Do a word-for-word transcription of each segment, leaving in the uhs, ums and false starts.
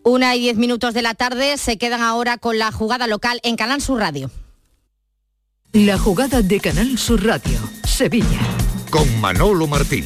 Una y diez minutos de la tarde, se quedan ahora con la jugada local en Canal Sur Radio. La jugada de Canal Sur Radio, Sevilla. Con Manolo Martín.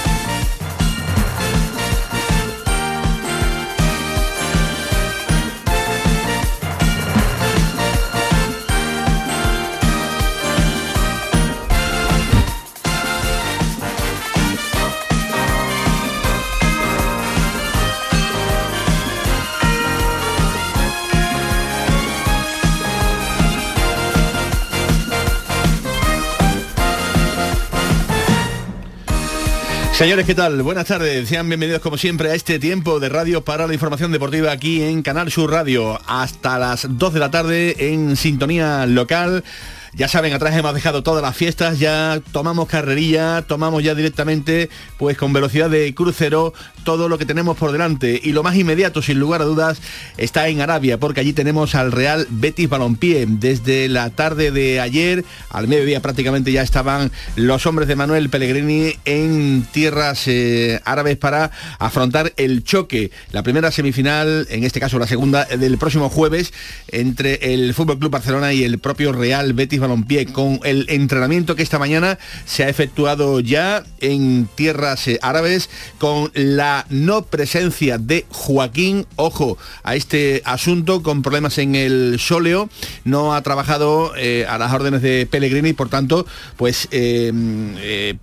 Señores, ¿qué tal? Buenas tardes, sean bienvenidos como siempre a este tiempo de radio para la información deportiva aquí en Canal Sur Radio, hasta las dos de la tarde en sintonía local. Ya saben, atrás hemos dejado todas las fiestas, ya tomamos carrerilla, tomamos ya directamente, pues con velocidad de crucero, todo lo que tenemos por delante. Y lo más inmediato, sin lugar a dudas, está en Arabia, porque allí tenemos al Real Betis Balompié. Desde la tarde de ayer, al mediodía prácticamente ya estaban los hombres de Manuel Pellegrini en tierras eh, árabes para afrontar el choque, la primera semifinal, en este caso la segunda, del próximo jueves, entre el F C Barcelona y el propio Real Betis Balompié, con el entrenamiento que esta mañana se ha efectuado ya en tierras eh, árabes, con la no presencia de Joaquín, ojo a este asunto, con problemas en el sóleo, no ha trabajado eh, a las órdenes de Pellegrini, por tanto, pues eh, eh,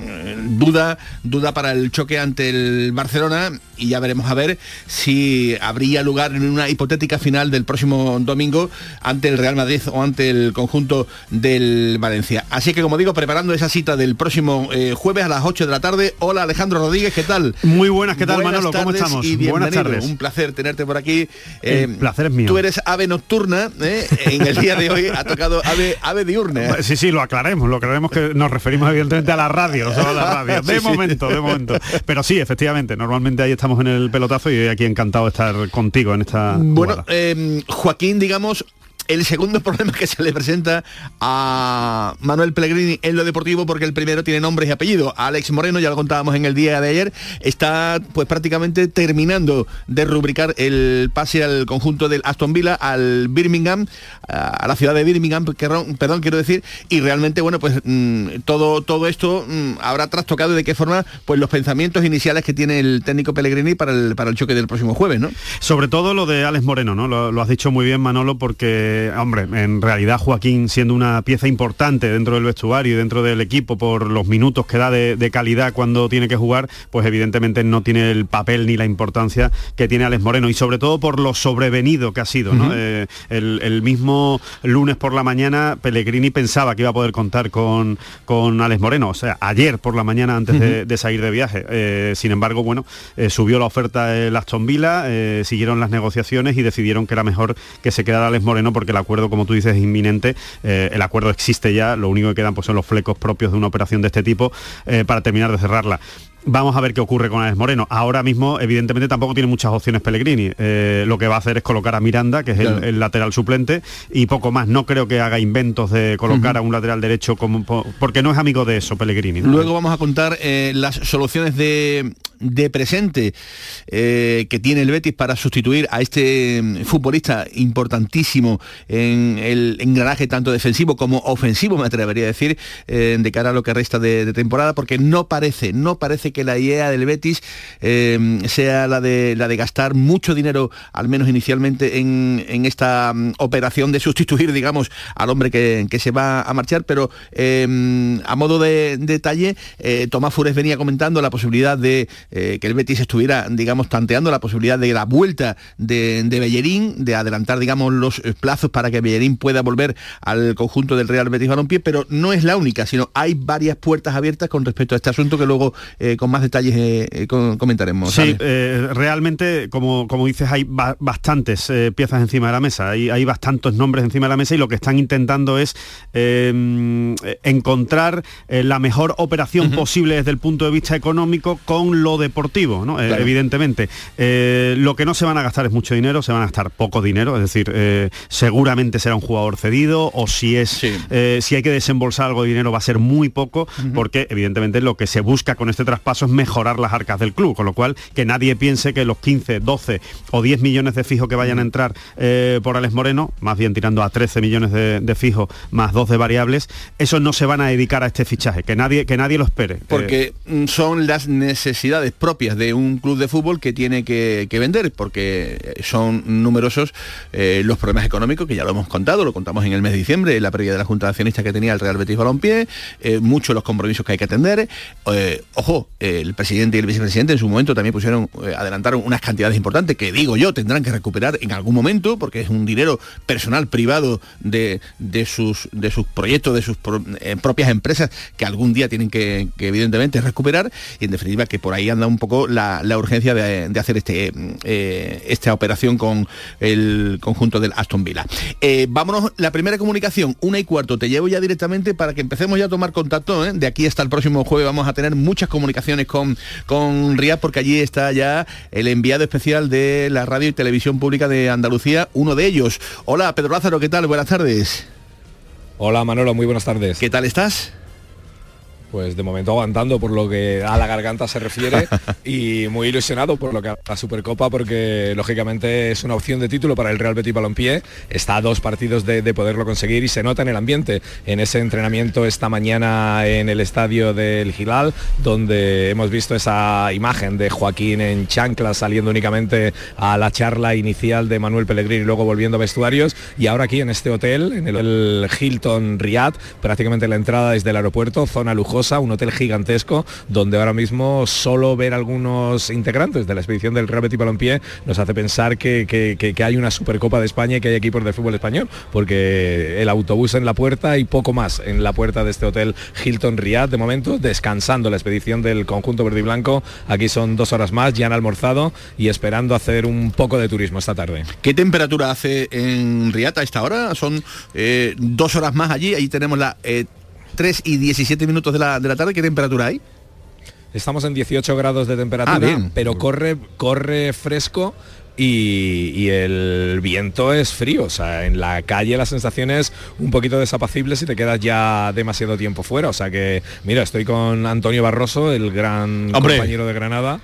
duda, duda para el choque ante el Barcelona, y ya veremos a ver si habría lugar en una hipotética final del próximo domingo ante el Real Madrid o ante el conjunto del Valencia. Así que, como digo, preparando esa cita del próximo eh, jueves a las ocho de la tarde. Hola, Alejandro Rodríguez, ¿qué tal? Muy buenas, ¿qué tal, buenas Manolo? ¿Cómo estamos? Y buenas tardes. Un placer tenerte por aquí. Eh, el placer es mío. Tú eres ave nocturna, ¿eh? En el día de hoy ha tocado ave, ave diurna. ¿eh? Sí, sí, lo aclaremos, lo aclaremos, que nos referimos evidentemente a la radio, no solo a la radio. De sí, momento, sí. de momento. Pero sí, efectivamente, normalmente ahí estamos en el pelotazo y hoy aquí encantado de estar contigo en esta Bueno, eh, Joaquín, digamos, el segundo problema que se le presenta a Manuel Pellegrini en lo deportivo, porque el primero tiene nombres y apellidos. Alex Moreno, ya lo contábamos en el día de ayer, está pues prácticamente terminando de rubricar el pase al conjunto del Aston Villa, al Birmingham, a la ciudad de Birmingham, perdón, quiero decir, y realmente, bueno, pues mmm, todo, todo esto mmm, habrá trastocado de qué forma pues los pensamientos iniciales que tiene el técnico Pellegrini para el, para el choque del próximo jueves, ¿no? Sobre todo lo de Alex Moreno, ¿no? Lo, lo has dicho muy bien, Manolo, porque hombre, en realidad Joaquín, siendo una pieza importante dentro del vestuario y dentro del equipo por los minutos que da de, de calidad cuando tiene que jugar, pues evidentemente no tiene el papel ni la importancia que tiene Alex Moreno, y sobre todo por lo sobrevenido que ha sido, ¿no? Uh-huh. eh, el, el mismo lunes por la mañana Pellegrini pensaba que iba a poder contar con, con Alex Moreno, o sea, ayer por la mañana antes uh-huh. de, de salir de viaje. Eh, sin embargo, bueno, eh, subió la oferta el Aston Villa, eh, siguieron las negociaciones y decidieron que era mejor que se quedara Alex Moreno, porque el acuerdo, como tú dices, es inminente. Eh, el acuerdo existe ya, lo único que quedan pues son los flecos propios de una operación de este tipo eh, para terminar de cerrarla. Vamos a ver qué ocurre con Alex Moreno. Ahora mismo, evidentemente, tampoco tiene muchas opciones Pellegrini. Eh, lo que va a hacer es colocar a Miranda, que es claro. el, el lateral suplente, y poco más. No creo que haga inventos de colocar uh-huh. a un lateral derecho, como, porque no es amigo de eso Pellegrini, ¿no? Luego vamos a contar eh, las soluciones de, de presente eh, que tiene el Betis para sustituir a este futbolista importantísimo en el engranaje tanto defensivo como ofensivo, me atrevería a decir, eh, de cara a lo que resta de, de temporada, porque no parece, no parece que la idea del Betis eh, sea la de la de gastar mucho dinero, al menos inicialmente, en, en esta um, operación de sustituir, digamos, al hombre que, que se va a marchar, pero eh, a modo de, de detalle, eh, Tomás Fures venía comentando la posibilidad de eh, que el Betis estuviera, digamos, tanteando la posibilidad de la vuelta de, de Bellerín, de adelantar, digamos, los plazos para que Bellerín pueda volver al conjunto del Real Betis Balompié, pero no es la única, sino hay varias puertas abiertas con respecto a este asunto que luego eh, con más detalles eh, eh, comentaremos. Sí, eh, realmente, como, como dices, hay ba- bastantes eh, piezas encima de la mesa, hay, hay bastantes nombres encima de la mesa, y lo que están intentando es eh, encontrar eh, la mejor operación uh-huh. posible desde el punto de vista económico con lo deportivo, ¿no? Claro. Eh, evidentemente. Eh, lo que no se van a gastar es mucho dinero, se van a gastar poco dinero, es decir, eh, seguramente será un jugador cedido, o si es sí. eh, si hay que desembolsar algo de dinero va a ser muy poco, uh-huh. porque evidentemente lo que se busca con este traspaso paso es mejorar las arcas del club, con lo cual que nadie piense que los quince, doce o diez millones de fijos que vayan a entrar eh, por Alex Moreno, más bien tirando a trece millones de, de fijos más dos de variables, esos no se van a dedicar a este fichaje, que nadie, que nadie lo espere. Porque eh, son las necesidades propias de un club de fútbol que tiene que, que vender, porque son numerosos eh, los problemas económicos, que ya lo hemos contado, lo contamos en el mes de diciembre, en la previa de la Junta de Accionistas que tenía el Real Betis Balompié, eh, muchos los compromisos que hay que atender. Eh, ojo, eh, el presidente y el vicepresidente en su momento también pusieron, eh, adelantaron unas cantidades importantes que, digo yo, tendrán que recuperar en algún momento, porque es un dinero personal privado de, de, sus, de sus proyectos, de sus pro, eh, propias empresas, que algún día tienen que, que evidentemente recuperar, y en definitiva que por ahí anda un poco la, la urgencia de, de hacer este, eh, esta operación con el conjunto del Aston Villa. Eh, vámonos, la primera comunicación, una y cuarto, te llevo ya directamente para que empecemos ya a tomar contacto, ¿eh? De aquí hasta el próximo jueves vamos a tener muchas comunicaciones con, con Riad, porque allí está ya el enviado especial de la radio y televisión pública de Andalucía, uno de ellos. Hola, Pedro Lázaro, ¿qué tal? Buenas tardes. Hola, Manolo, muy buenas tardes. ¿Qué tal estás? Pues de momento aguantando por lo que a la garganta se refiere y muy ilusionado por lo que a la Supercopa, porque lógicamente es una opción de título para el Real Betis Balompié, está a dos partidos de, de poderlo conseguir y se nota en el ambiente, en ese entrenamiento esta mañana en el estadio del Hilal, donde hemos visto esa imagen de Joaquín en chanclas saliendo únicamente a la charla inicial de Manuel Pellegrini y luego volviendo a vestuarios, y ahora aquí en este hotel, en el Hilton Riad, prácticamente la entrada desde el aeropuerto, zona lujosa, un hotel gigantesco donde ahora mismo solo ver algunos integrantes de la expedición del Real Betis Balompié nos hace pensar que, que, que, que hay una Supercopa de España y que hay equipos de fútbol español, porque el autobús en la puerta y poco más en la puerta de este hotel Hilton Riad, de momento descansando la expedición del conjunto verde y blanco. Aquí son dos horas más, ya han almorzado y esperando hacer un poco de turismo esta tarde. ¿Qué temperatura hace en Riad a esta hora? Son eh, dos horas más allí, ahí tenemos la... Eh, tres y diecisiete minutos de la, de la tarde. ¿Qué temperatura hay? Estamos en dieciocho grados de temperatura, ah, bien. Pero corre, corre fresco y, y el viento es frío. O sea, en la calle la sensación es un poquito desapacible si te quedas ya demasiado tiempo fuera. O sea que, mira, estoy con Antonio Barroso, el gran ¡hombre! Compañero de Granada,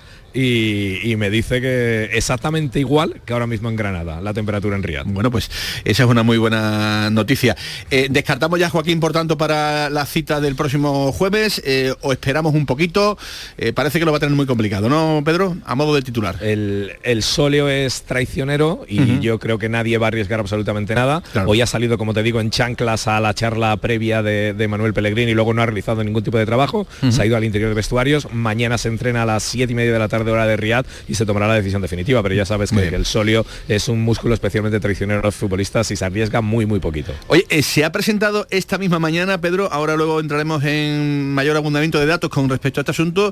Y, y me dice que exactamente igual que ahora mismo en Granada, la temperatura en Riad. Bueno, pues esa es una muy buena noticia. Eh, ¿Descartamos ya, Joaquín, por tanto, para la cita del próximo jueves? Eh, ¿O esperamos un poquito? Eh, parece que lo va a tener muy complicado, ¿no, Pedro? A modo de titular. El, el sóleo es traicionero y uh-huh. yo creo que nadie va a arriesgar absolutamente nada. Claro. Hoy ha salido, como te digo, en chanclas a la charla previa de, de Manuel Pellegrini y luego no ha realizado ningún tipo de trabajo. Uh-huh. Se ha ido al interior de vestuarios. Mañana se entrena a las siete y media de la tarde, hora de Riad, y se tomará la decisión definitiva, pero ya sabes que, que el sóleo es un músculo especialmente traicionero a los futbolistas y se arriesga muy muy poquito. Oye, eh, se ha presentado esta misma mañana, Pedro, ahora luego entraremos en mayor abundamiento de datos con respecto a este asunto,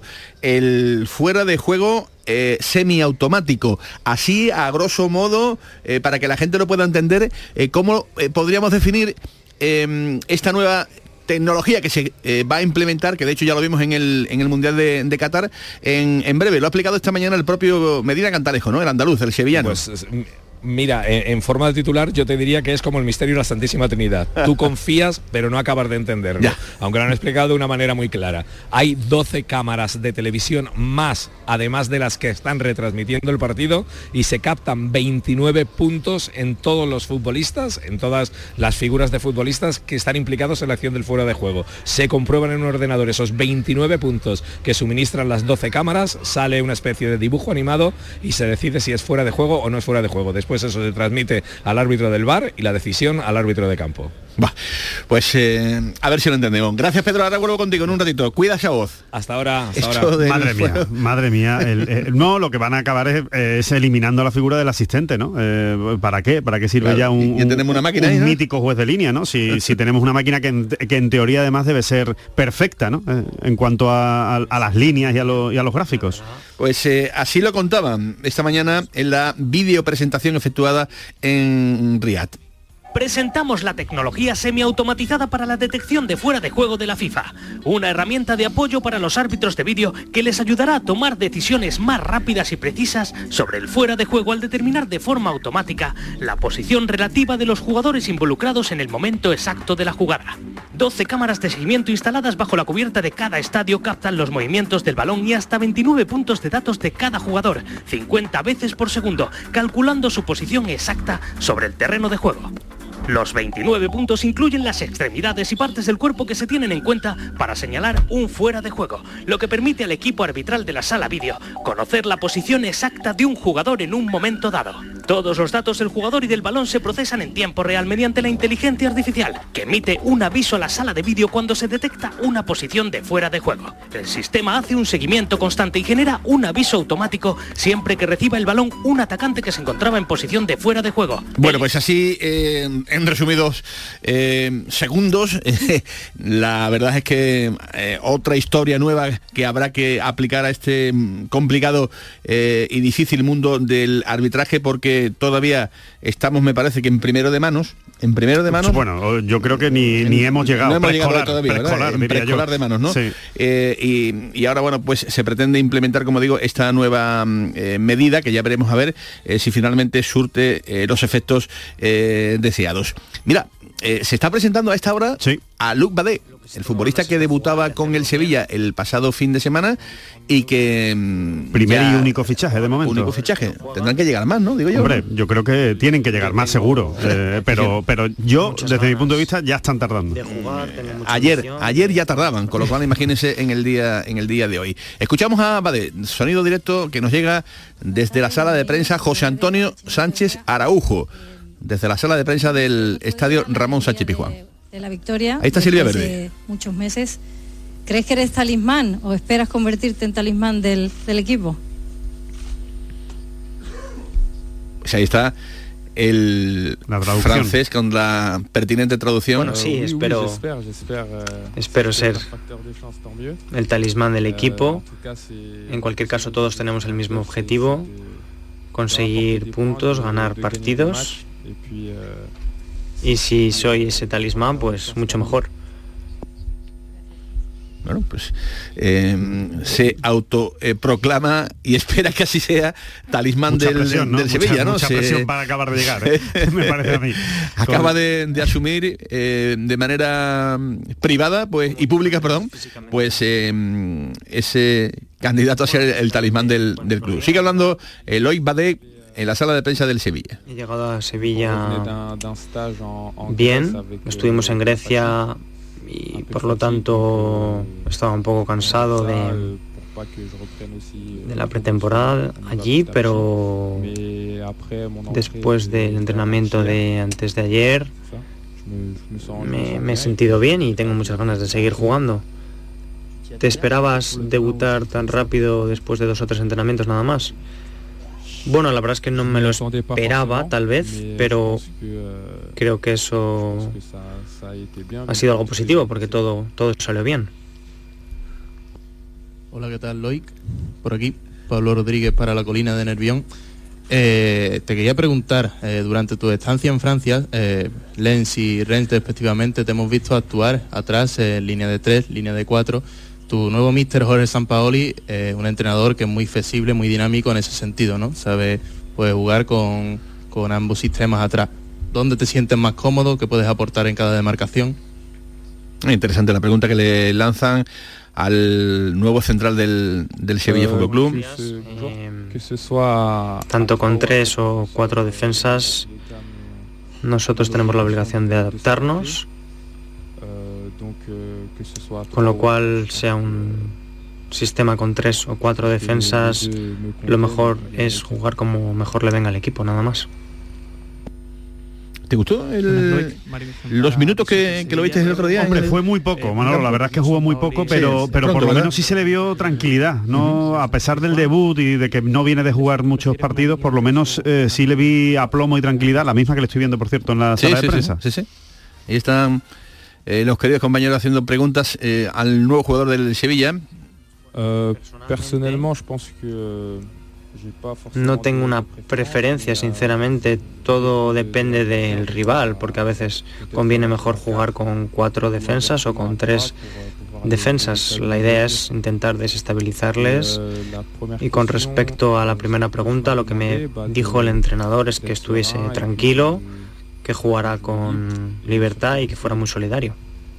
el fuera de juego eh, semiautomático, así a grosso modo, eh, para que la gente lo pueda entender, eh, cómo eh, podríamos definir eh, esta nueva tecnología que se eh, va a implementar, que de hecho ya lo vimos en el, en el Mundial de, de Qatar, en, en breve. Lo ha explicado esta mañana el propio Medina Cantalejo, ¿no? El andaluz, el sevillano. Pues, mira, en, en forma de titular yo te diría que es como el misterio de la Santísima Trinidad. Tú confías, pero no acabas de entenderlo. Ya. Aunque lo han explicado de una manera muy clara. Hay doce cámaras de televisión más, además de las que están retransmitiendo el partido, y se captan veintinueve puntos en todos los futbolistas, en todas las figuras de futbolistas que están implicados en la acción del fuera de juego. Se comprueban en un ordenador esos veintinueve puntos que suministran las doce cámaras, sale una especie de dibujo animado y se decide si es fuera de juego o no es fuera de juego. Después eso se transmite al árbitro del V A R y la decisión al árbitro de campo. Bah, pues eh, a ver si lo entendemos. Gracias, Pedro, ahora vuelvo contigo en un ratito. Cuida esa voz. Hasta ahora. Hasta ahora. Madre mía, madre mía. El, el, no, lo que van a acabar es, es eliminando la figura del asistente, ¿no? Eh, ¿Para qué? ¿Para qué sirve claro, ya un, ya tenemos una máquina un ahí, ¿no? mítico juez de línea, ¿no? Si, si tenemos una máquina que en, que en teoría además debe ser perfecta, ¿no? Eh, en cuanto a, a, a las líneas y a, lo, y a los gráficos. Pues eh, así lo contaban esta mañana en la videopresentación efectuada en Riad. presentamos la tecnología semiautomatizada para la detección de fuera de juego de la FIFA, una herramienta de apoyo para los árbitros de vídeo que les ayudará a tomar decisiones más rápidas y precisas sobre el fuera de juego al determinar de forma automática la posición relativa de los jugadores involucrados en el momento exacto de la jugada. doce cámaras de seguimiento instaladas bajo la cubierta de cada estadio captan los movimientos del balón y hasta veintinueve puntos de datos de cada jugador, cincuenta veces por segundo, calculando su posición exacta sobre el terreno de juego. Los veintinueve puntos incluyen las extremidades y partes del cuerpo que se tienen en cuenta para señalar un fuera de juego, lo que permite al equipo arbitral de la sala vídeo conocer la posición exacta de un jugador en un momento dado. Todos los datos del jugador y del balón se procesan en tiempo real mediante la inteligencia artificial, que emite un aviso a la sala de vídeo cuando se detecta una posición de fuera de juego. El sistema hace un seguimiento constante y genera un aviso automático siempre que reciba el balón un atacante que se encontraba en posición de fuera de juego. Bueno, pues así... Eh... En resumidos eh, segundos, eh, la verdad es que eh, otra historia nueva que habrá que aplicar a este complicado eh, y difícil mundo del arbitraje, porque todavía estamos, me parece que en primero de manos, en primero de manos. Bueno, yo creo que ni, ni hemos llegado. No hemos preescolar, llegado todavía, preescolar, en preescolar de manos, ¿no? Sí. Eh, y, y ahora, bueno, pues se pretende implementar, como digo, esta nueva eh, medida que ya veremos a ver eh, si finalmente surte eh, los efectos eh, deseados. Mira, eh, se está presentando a esta hora sí. a Luc Badé, el futbolista que debutaba con el Sevilla el pasado fin de semana y que... Primer y único fichaje de momento. Único fichaje. Tendrán que llegar más, ¿no? Digo yo. Hombre, yo creo que tienen que llegar más, seguro. Eh, pero, pero yo, desde mi punto de vista, ya están tardando. Ayer, ayer ya tardaban, con lo cual imagínense en el día, en el día de hoy. Escuchamos a Badé, sonido directo que nos llega desde la sala de prensa José Antonio Sánchez Araujo, desde la sala de prensa del estadio Ramón Sánchez Pizjuán. De la victoria. Ahí está Silvia Verde. Muchos meses. ¿Crees que eres talismán o esperas convertirte en talismán del, del equipo? Pues ahí está el francés con la pertinente traducción. Bueno, sí, espero espero ser el talismán del equipo. En cualquier caso, todos tenemos el mismo objetivo: conseguir puntos, ganar partidos. Y si soy ese talismán, pues mucho mejor. Bueno, pues eh, se autoproclama eh, y espera que así sea talismán mucha del, presión, ¿no? del mucha, Sevilla, ¿no? Mucha se, presión para acabar de llegar, ¿eh? Me parece a mí. Acaba de, de asumir eh, de manera privada, pues y pública, perdón, pues eh, ese candidato a ser el, el talismán del, del club. Sigue hablando Loic Badé en la sala de prensa del Sevilla. He llegado a Sevilla bien, estuvimos en Grecia y por lo tanto estaba un poco cansado de, de la pretemporada allí, pero después del entrenamiento de antes de ayer me, me he sentido bien y tengo muchas ganas de seguir jugando. ¿Te esperabas debutar tan rápido después de dos o tres entrenamientos nada más? Bueno, la verdad es que no me lo esperaba, tal vez, pero creo que eso ha sido algo positivo porque todo, todo salió bien. Hola, ¿qué tal, Loic? Por aquí, Pablo Rodríguez para La Colina de Nervión. Eh, te quería preguntar, eh, durante tu estancia en Francia, eh, Lens y Rennes respectivamente, te hemos visto actuar atrás, en eh, línea de tres, línea de cuatro. Tu nuevo míster Jorge Sampaoli, eh, un entrenador que es muy flexible, muy dinámico en ese sentido, ¿no? Sabe pues, jugar con, con ambos sistemas atrás. ¿Dónde te sientes más cómodo? ¿Qué puedes aportar en cada demarcación? Interesante la pregunta que le lanzan al nuevo central del, del Sevilla Fútbol Club. Eh, tanto con tres o cuatro defensas, nosotros tenemos la obligación de adaptarnos. Con lo cual, sea un sistema con tres o cuatro defensas, lo mejor es jugar como mejor le venga al equipo, nada más. ¿Te gustó el, los minutos que, que lo viste el otro día? Hombre, fue muy poco, Manolo, la verdad es que jugó muy poco, pero, pero por lo menos sí se le vio tranquilidad, ¿no? A pesar del debut y de que no viene de jugar muchos partidos, por lo menos eh, sí le vi aplomo y tranquilidad, la misma que le estoy viendo, por cierto, en la sala sí, de sí, prensa. Sí, sí, sí. Ahí están Eh, los queridos compañeros haciendo preguntas eh, al nuevo jugador del Sevilla. Euh, personnellement, je pense que no tengo una preferencia, sinceramente. Todo depende del rival, porque a veces conviene mejor jugar con cuatro defensas o con tres defensas. La idea es intentar desestabilizarles. Y con respecto a la primera pregunta, lo que me dijo el entrenador es que estuviese tranquilo, que jugara con libertad y que fuera muy solidario.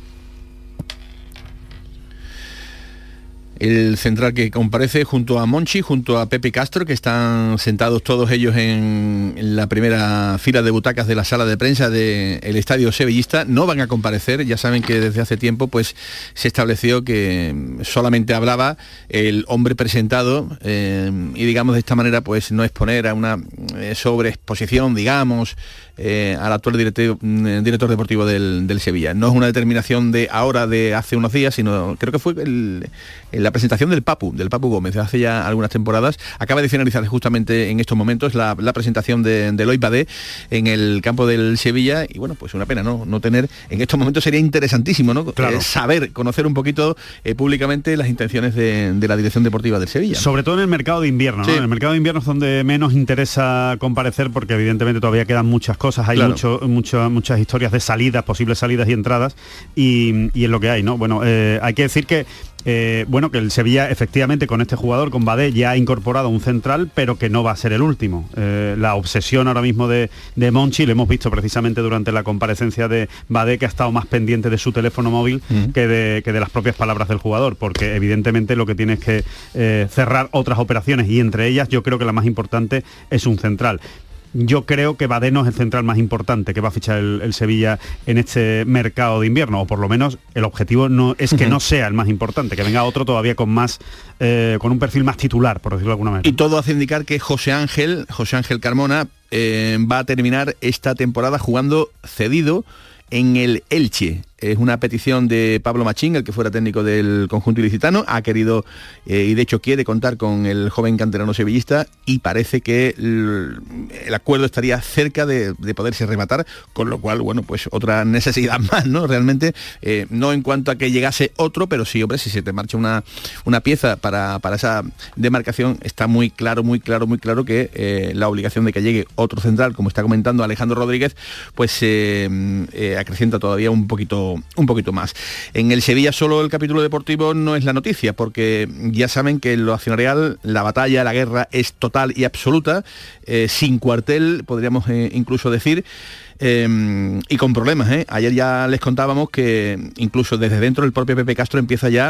El central que comparece junto a Monchi, junto a Pepe Castro, que están sentados todos ellos en la primera fila de butacas de la sala de prensa del estadio sevillista, no van a comparecer. Ya saben que desde hace tiempo pues se estableció que solamente hablaba el hombre presentado eh, y digamos de esta manera pues no exponer a una eh, sobreexposición, digamos, eh, al actual director, director deportivo del, del Sevilla. No es una determinación de ahora, de hace unos días, sino creo que fue el, el la presentación del Papu, del Papu Gómez, de hace ya algunas temporadas. Acaba de finalizar justamente en estos momentos la, la presentación de, de Eloy Badé en el campo del Sevilla, y bueno, pues una pena no, no tener, en estos momentos sería interesantísimo, ¿no? Claro. Eh, saber, conocer un poquito eh, públicamente las intenciones de, de la dirección deportiva del Sevilla. Sobre todo en el mercado de invierno, ¿no? Sí. En el mercado de invierno es donde menos interesa comparecer, porque evidentemente todavía quedan muchas cosas, hay claro. mucho, mucho, muchas historias de salidas, posibles salidas y entradas, y, y es lo que hay, ¿no? Bueno, eh, hay que decir que Eh, bueno, que el Sevilla efectivamente con este jugador, con Badé, ya ha incorporado un central, pero que no va a ser el último. Eh, la obsesión ahora mismo de, de Monchi, lo hemos visto precisamente durante la comparecencia de Badé, que ha estado más pendiente de su teléfono móvil uh-huh. que, de, que de las propias palabras del jugador, porque evidentemente lo que tiene es que eh, cerrar otras operaciones, y entre ellas yo creo que la más importante es un central. Yo creo que Badé no es el central más importante que va a fichar el, el Sevilla en este mercado de invierno, o por lo menos el objetivo no es que no sea el más importante, que venga otro todavía con más, eh, con un perfil más titular, por decirlo de alguna manera. Y todo hace indicar que José Ángel, José Ángel Carmona, eh, va a terminar esta temporada jugando cedido en el Elche. Es una petición de Pablo Machín, el que fuera técnico del conjunto ilicitano. Ha querido eh, y de hecho quiere contar con el joven canterano sevillista, y parece que el, el acuerdo estaría cerca de, de poderse rematar, con lo cual, bueno, pues otra necesidad más, ¿no? Realmente, eh, no en cuanto a que llegase otro, pero sí, hombre, si se te marcha una, una pieza para, para esa demarcación, está muy claro, muy claro, muy claro que eh, la obligación de que llegue otro central, como está comentando Alejandro Rodríguez, pues eh, eh, acrecienta todavía un poquito un poquito más. En el Sevilla solo el capítulo deportivo no es la noticia, porque ya saben que en lo accionarial la batalla, la guerra es total y absoluta, eh, sin cuartel, podríamos eh, incluso decir. Eh, y con problemas, ¿eh? Ayer ya les contábamos que incluso desde dentro el propio Pepe Castro empieza ya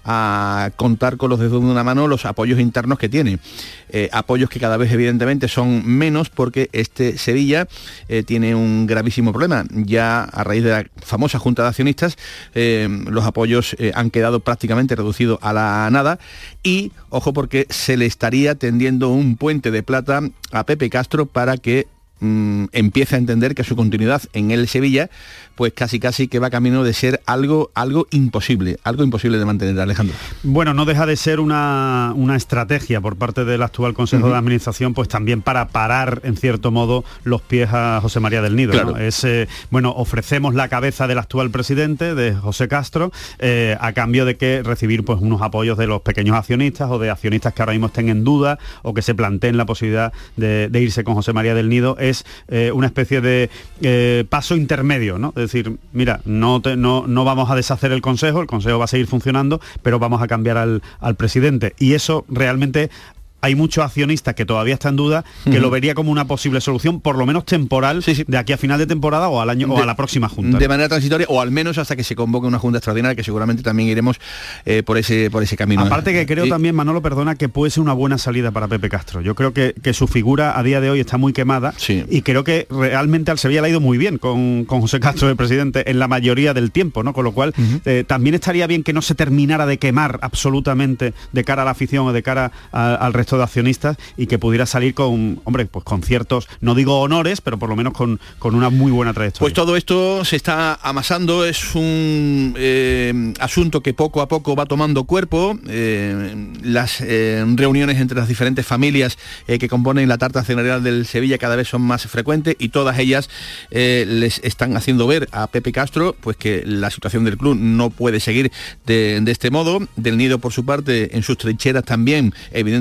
a contar con los dedos de una mano los apoyos internos que tiene. Eh, apoyos que cada vez evidentemente son menos, porque este Sevilla eh, tiene un gravísimo problema. Ya a raíz de la famosa junta de accionistas, eh, los apoyos eh, han quedado prácticamente reducidos a la nada, y ojo, porque se le estaría tendiendo un puente de plata a Pepe Castro para que empieza a entender que su continuidad en el Sevilla pues casi casi que va camino de ser algo algo imposible, algo imposible de mantener, Alejandro. Bueno, no deja de ser una, una estrategia por parte del actual Consejo uh-huh. de Administración, pues también para parar en cierto modo los pies a José María del Nido, claro. ¿no? Es, eh, bueno, ofrecemos la cabeza del actual presidente, de José Castro, eh, a cambio de que recibir pues unos apoyos de los pequeños accionistas o de accionistas que ahora mismo estén en duda o que se planteen la posibilidad de, de irse con José María del Nido. Es eh, una especie de eh, paso intermedio, ¿no? Es decir, mira, no, te, no, no vamos a deshacer el Consejo, el Consejo va a seguir funcionando, pero vamos a cambiar al, al presidente. Y eso realmente... Hay muchos accionistas que todavía están en duda, que uh-huh. lo vería como una posible solución, por lo menos temporal, sí, sí. de aquí a final de temporada o al año de, o a la próxima junta. De manera transitoria, o al menos hasta que se convoque una junta extraordinaria, que seguramente también iremos eh, por ese por ese camino. Aparte que creo y... también, Manolo, perdona, que puede ser una buena salida para Pepe Castro. Yo creo que, que su figura a día de hoy está muy quemada, sí. y creo que realmente al Sevilla le ha ido muy bien con, con José Castro, el presidente, en la mayoría del tiempo, ¿no? Con lo cual uh-huh. eh, también estaría bien que no se terminara de quemar absolutamente de cara a la afición o de cara a, al resto de accionistas, y que pudiera salir con, hombre, pues con ciertos, no digo honores, pero por lo menos con, con una muy buena trayectoria. Pues todo esto se está amasando, es un eh, asunto que poco a poco va tomando cuerpo. Eh, las eh, reuniones entre las diferentes familias eh, que componen la tarta accionarial del Sevilla cada vez son más frecuentes, y todas ellas eh, les están haciendo ver a Pepe Castro pues que la situación del club no puede seguir de, de este modo. Del Nido, por su parte, en sus trincheras también, evidentemente,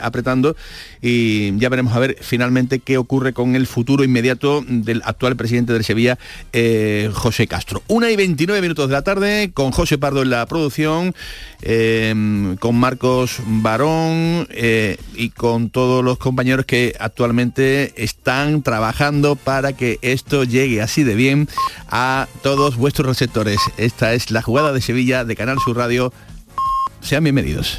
apretando y ya veremos a ver finalmente qué ocurre con el futuro inmediato del actual presidente del Sevilla, eh, José Castro. Una y veintinueve minutos de la tarde, con José Pardo en la producción, eh, con Marcos Barón eh, y con todos los compañeros que actualmente están trabajando para que esto llegue así de bien a todos vuestros receptores. Esta es la jugada de Sevilla de Canal Sur Radio. Sean bienvenidos.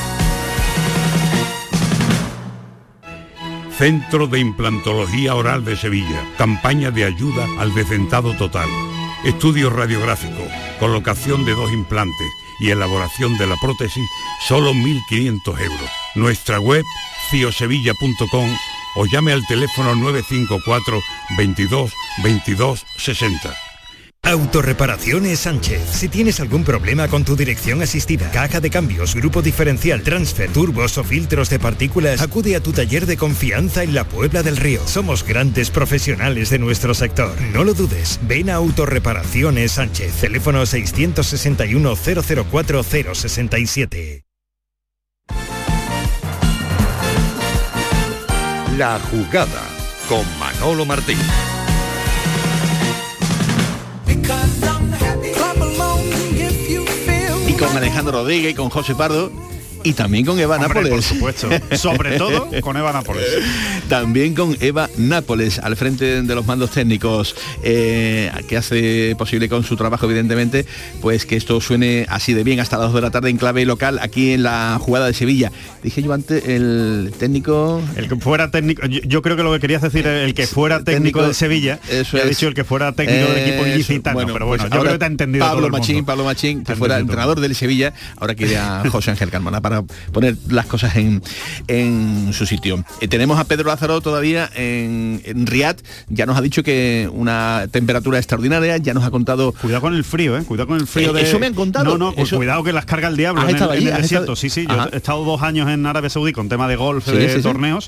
Centro de Implantología Oral de Sevilla. Campaña de ayuda al decentado total. Estudio radiográfico, colocación de dos implantes y elaboración de la prótesis, solo mil quinientos euros. Nuestra web, ciosevilla punto com, o llame al teléfono nueve cinco cuatro veintidós veintidós sesenta. Autorreparaciones Sánchez. Si tienes algún problema con tu dirección asistida, caja de cambios, grupo diferencial, transfer, turbos o filtros de partículas, acude a tu taller de confianza en la Puebla del Río. Somos grandes profesionales de nuestro sector. No lo dudes. Ven a Autorreparaciones Sánchez. Teléfono seiscientos sesenta y uno, cero cero cuatro, cero sesenta y siete. La jugada con Manolo Martín. Y con Alejandro Rodríguez y con José Pardo y también con Eva Hombre, Nápoles. por supuesto, sobre todo con Eva Nápoles. También con Eva Nápoles al frente de los mandos técnicos, eh, que hace posible con su trabajo, evidentemente, pues que esto suene así de bien hasta las dos de la tarde en clave local aquí en la jugada de Sevilla. Dije yo antes, el técnico... El que fuera técnico, yo, yo creo que lo que querías decir es el que fuera técnico, técnico de Sevilla. Eso ha es. dicho el que fuera técnico del equipo ilicitano, bueno, pero bueno, pues yo creo que te ha entendido Pablo todo el Machín, mundo. Pablo Machín, que fuera entrenador del Sevilla, ahora quiere a José Ángel Carmona para poner las cosas en, en su sitio. Eh, tenemos a Pedro Lázaro todavía en, en Riad, ya nos ha dicho que una temperatura extraordinaria, ya nos ha contado... Cuidado con el frío, ¿eh? Cuidado con el frío. Eh, de... Eso me han contado. No, no, eso... cuidado que las carga el diablo en el, en el desierto. Estado... Sí, sí, yo he estado dos años en Arabia Saudí con tema de golf, sí, de sí, torneos,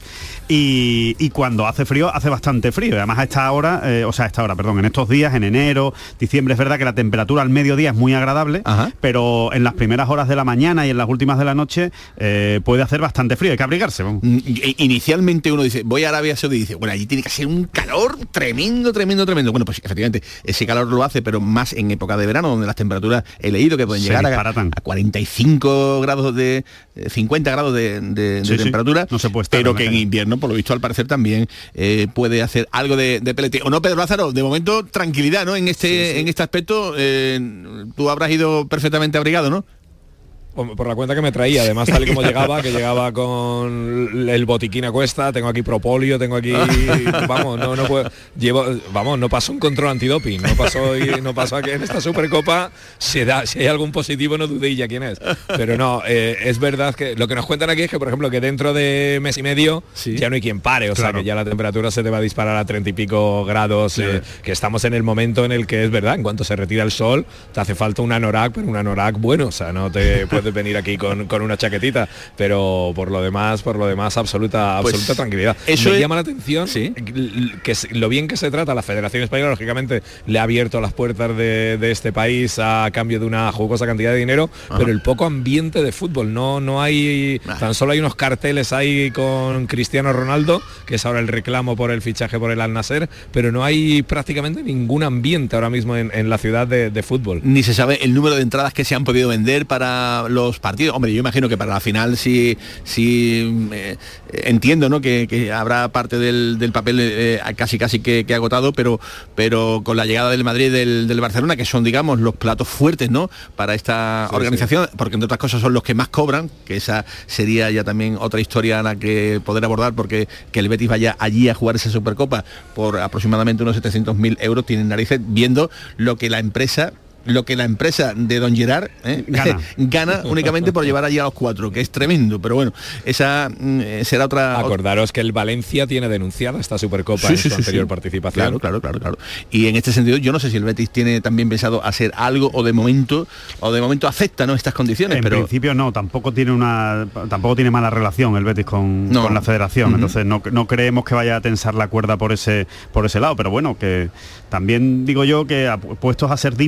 sí. Y, y cuando hace frío, hace bastante frío. Además a esta hora, eh, o sea, a esta hora, perdón, en estos días, en enero, diciembre, es verdad que la temperatura al mediodía es muy agradable, Ajá. pero en las primeras horas de la mañana y en las últimas de la noche eh, puede hacer bastante frío, hay que abrigarse. Vamos. Inicialmente uno dice, voy a Arabia Saudí y dice, bueno, allí tiene que ser un calor tremendo, tremendo, tremendo. Bueno, pues efectivamente, ese calor lo hace, pero más en época de verano, donde las temperaturas, he leído que pueden Se llegar a, a cuarenta y cinco grados de, cincuenta grados de, de, sí, de temperatura, sí. No se puede estar, pero no que en invierno, por lo visto, al parecer también eh, puede hacer algo de, de pelete. ¿O no, Pedro Lázaro? De momento, tranquilidad, ¿no? En este, sí, sí. En este aspecto, eh, tú habrás ido perfectamente abrigado, ¿no? Por la cuenta que me traía, además tal y como llegaba, que llegaba con el botiquín a cuesta, tengo aquí propolio, tengo aquí, vamos, no, no puedo, llevo, vamos, no pasó un control antidoping, no pasó, no pasó aquí en esta Supercopa, si, da, si hay algún positivo no dudéis ya quién es, pero no, eh, es verdad que lo que nos cuentan aquí es que, por ejemplo, que dentro de mes y medio sí. ya no hay quien pare, o claro. sea, que ya la temperatura se te va a disparar a treinta y pico grados, sí. eh, que estamos en el momento en el que es verdad, en cuanto se retira el sol, te hace falta un anorak, pero un anorak bueno, o sea, no te puedes de venir aquí con, con una chaquetita, pero por lo demás, por lo demás, absoluta, pues absoluta tranquilidad. Eso me es... llama la atención ¿Sí? que lo bien que se trata la Federación Española, lógicamente le ha abierto las puertas de, de este país a cambio de una jugosa cantidad de dinero, Ajá. pero el poco ambiente de fútbol, no, no hay, Ajá. tan solo hay unos carteles ahí con Cristiano Ronaldo, que es ahora el reclamo por el fichaje por el Al Nasser, pero no hay prácticamente ningún ambiente ahora mismo en, en la ciudad de, de fútbol. Ni se sabe el número de entradas que se han podido vender para los partidos. Hombre, yo imagino que para la final sí, sí eh, entiendo, ¿no? Que, que habrá parte del, del papel eh, casi casi que, que agotado, pero pero con la llegada del Madrid y del, del Barcelona, que son, digamos, los platos fuertes, ¿no? Para esta sí, organización, sí. porque entre otras cosas son los que más cobran, que esa sería ya también otra historia a la que poder abordar, porque que el Betis vaya allí a jugar esa Supercopa por aproximadamente unos setecientos mil euros, tienen narices, viendo lo que la empresa lo que la empresa de Don Gerard ¿eh? gana. gana únicamente por llevar allí a los cuatro, que es tremendo, pero bueno, esa eh, será otra... Acordaros que el Valencia tiene denunciada esta Supercopa sí, en sí, su sí, anterior sí. participación. Claro, claro, claro, claro. Y en este sentido, yo no sé si el Betis tiene también pensado hacer algo o de momento, o de momento acepta, ¿no?, estas condiciones. En pero... principio no, tampoco tiene una tampoco tiene mala relación el Betis con, no. con la Federación, uh-huh. entonces no, no creemos que vaya a tensar la cuerda por ese, por ese lado, pero bueno, que también digo yo que puestos a ser dignos como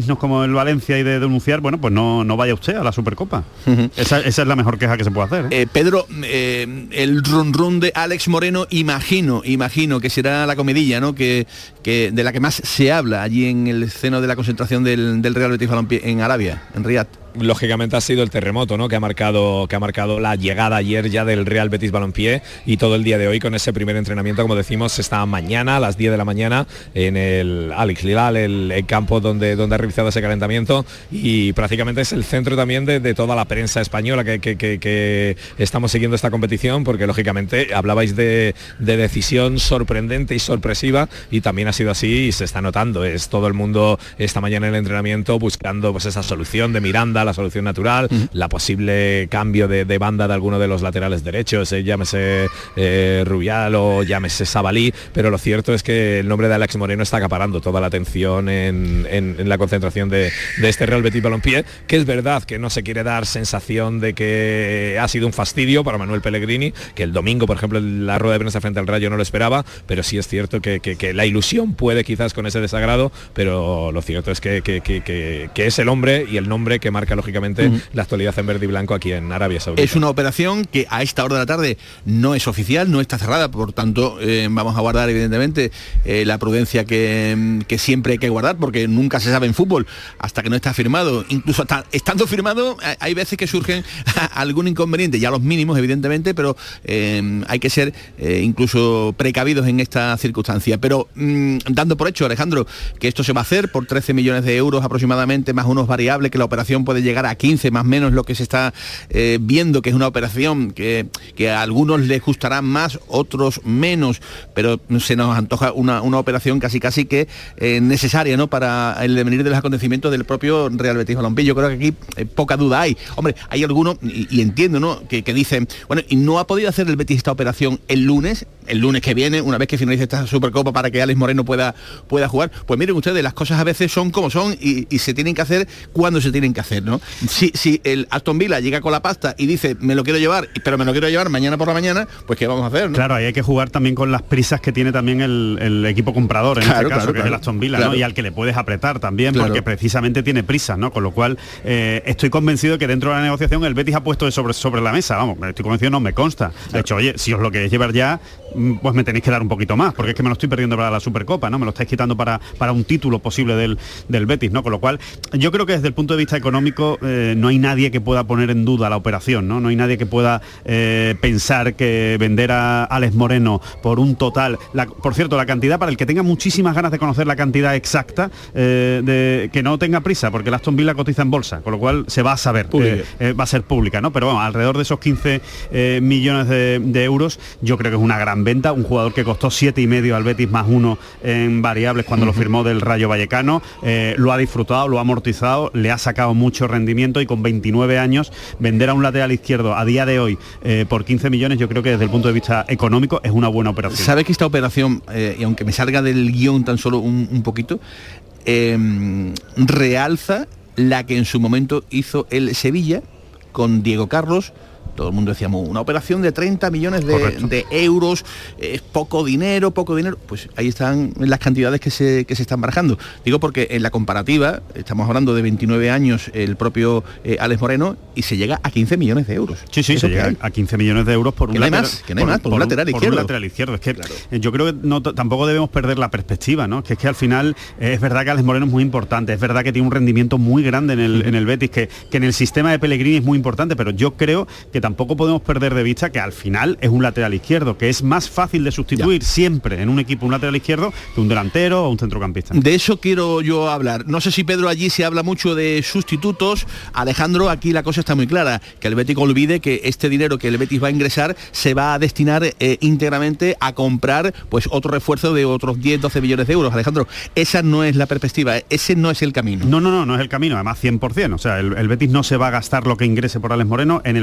como el Valencia y de denunciar, bueno, pues no, no vaya usted a la Supercopa. Uh-huh. esa, esa es la mejor queja que se puede hacer. ¿eh? Eh, Pedro, eh, el run run de Alex Moreno, imagino, imagino que será la comidilla, ¿no? Que, que de la que más se habla allí en el seno de la concentración del, del Real Betis Balompié en Arabia, en Riad. Lógicamente ha sido el terremoto, ¿no? que ha marcado que ha marcado la llegada ayer ya del Real Betis Balompié y todo el día de hoy con ese primer entrenamiento, como decimos, está mañana a las diez de la mañana en el Alex Lilal, el, el campo donde, donde ha realizado ese calentamiento, y prácticamente es el centro también de, de toda la prensa española que, que, que, que estamos siguiendo esta competición, porque lógicamente hablabais de, de decisión sorprendente y sorpresiva, y también ha sido así y se está notando. Es todo el mundo esta mañana en el entrenamiento buscando pues esa solución de Miranda, la solución natural, uh-huh. la posible cambio de, de banda de alguno de los laterales derechos, eh, llámese eh, Rubial o llámese Sabalí, pero lo cierto es que el nombre de Alex Moreno está acaparando toda la atención en, en, en la concentración de, de este Real Betis Balompié, que es verdad que no se quiere dar sensación de que ha sido un fastidio para Manuel Pellegrini, que el domingo, por ejemplo, en la rueda de prensa frente al Rayo no lo esperaba, pero sí es cierto que, que, que la ilusión puede quizás con ese desagrado, pero lo cierto es que, que, que, que, que es el hombre y el nombre que marca lógicamente uh-huh. la actualidad en verde y blanco aquí en Arabia Saudita. Es una operación que a esta hora de la tarde no es oficial, no está cerrada, por tanto eh, vamos a guardar evidentemente eh, la prudencia que, que siempre hay que guardar, porque nunca se sabe en fútbol hasta que no está firmado. Incluso hasta estando firmado hay veces que surgen algún inconveniente, ya los mínimos evidentemente, pero eh, hay que ser eh, incluso precavidos en esta circunstancia. Pero mmm, dando por hecho, Alejandro, que esto se va a hacer por trece millones de euros aproximadamente, más unos variables, que la operación puede llegar a quince más o menos, lo que se está eh, viendo, que es una operación que, que a algunos les gustará más, otros menos, pero se nos antoja una, una operación casi casi que eh, necesaria, ¿no?, para el devenir de los acontecimientos del propio Real Betis Balompié. Yo creo que aquí eh, poca duda hay. Hombre, hay algunos, y, y entiendo, ¿no?, que, que dicen, bueno, y no ha podido hacer el Betis esta operación el lunes, el lunes que viene, una vez que finalice esta Supercopa, para que Alex Moreno pueda, pueda jugar. Pues miren ustedes, las cosas a veces son como son y, y se tienen que hacer cuando se tienen que hacer, ¿no? Si, si el Aston Villa llega con la pasta y dice, me lo quiero llevar, pero me lo quiero llevar mañana por la mañana, pues ¿qué vamos a hacer, no? Claro, ahí hay que jugar también con las prisas que tiene también el, el equipo comprador, en claro, este caso, claro, que claro, es el Aston Villa, claro. ¿no? Y al que le puedes apretar también, claro. porque precisamente tiene prisas, ¿no? Con lo cual, eh, estoy convencido de que dentro de la negociación el Betis ha puesto sobre, sobre la mesa, vamos, estoy convencido, no me consta. Claro. De hecho, oye, si os lo queréis llevar ya, pues me tenéis que dar un poquito más, porque es que me lo estoy perdiendo para la Supercopa, ¿no? Me lo estáis quitando para, para un título posible del, del Betis, ¿no? Con lo cual, yo creo que desde el punto de vista económico eh, no hay nadie que pueda poner en duda la operación, ¿no? No hay nadie que pueda eh, pensar que vender a Alex Moreno por un total, la, por cierto, la cantidad, para el que tenga muchísimas ganas de conocer la cantidad exacta, eh, de que no tenga prisa, porque el Aston Villa cotiza en bolsa, con lo cual se va a saber, eh, eh, va a ser pública, ¿no? Pero bueno, alrededor de esos quince eh, millones de, de euros, yo creo que es una gran venta, un jugador que costó siete y medio al Betis más uno en variables cuando uh-huh. lo firmó del Rayo Vallecano, eh, lo ha disfrutado, lo ha amortizado, le ha sacado mucho rendimiento, y con veintinueve años vender a un lateral izquierdo a día de hoy eh, por quince millones, yo creo que desde el punto de vista económico es una buena operación. ¿Sabes que esta operación, eh, y aunque me salga del guión tan solo un, un poquito, eh, realza la que en su momento hizo el Sevilla con Diego Carlos? Todo el mundo decíamos, una operación de treinta millones de, de euros, es poco dinero, poco dinero. Pues ahí están las cantidades que se, que se están barajando. Digo porque en la comparativa, estamos hablando de veintinueve años el propio eh, Alex Moreno, y se llega a quince millones de euros. Sí, sí, se llega a quince millones de euros por un lateral. Más, que no hay más, por, por un lateral por izquierdo. Un lateral izquierdo. Es que claro. yo creo que no, tampoco debemos perder la perspectiva, ¿no? Que es que al final eh, es verdad que Alex Moreno es muy importante, es verdad que tiene un rendimiento muy grande en el, uh-huh. en el Betis, que, que en el sistema de Pellegrini es muy importante, pero yo creo que tampoco podemos perder de vista que al final es un lateral izquierdo, que es más fácil de sustituir ya. siempre en un equipo un lateral izquierdo que un delantero o un centrocampista. De eso quiero yo hablar. No sé si, Pedro, allí se habla mucho de sustitutos. Alejandro, aquí la cosa está muy clara, que el Betis olvide que este dinero que el Betis va a ingresar se va a destinar eh, íntegramente a comprar pues otro refuerzo de otros diez, doce millones de euros. Alejandro, esa no es la perspectiva, ese no es el camino. No, no, no, no es el camino, además cien por ciento. O sea, el, el Betis no se va a gastar lo que ingrese por Alex Moreno en el fichaje del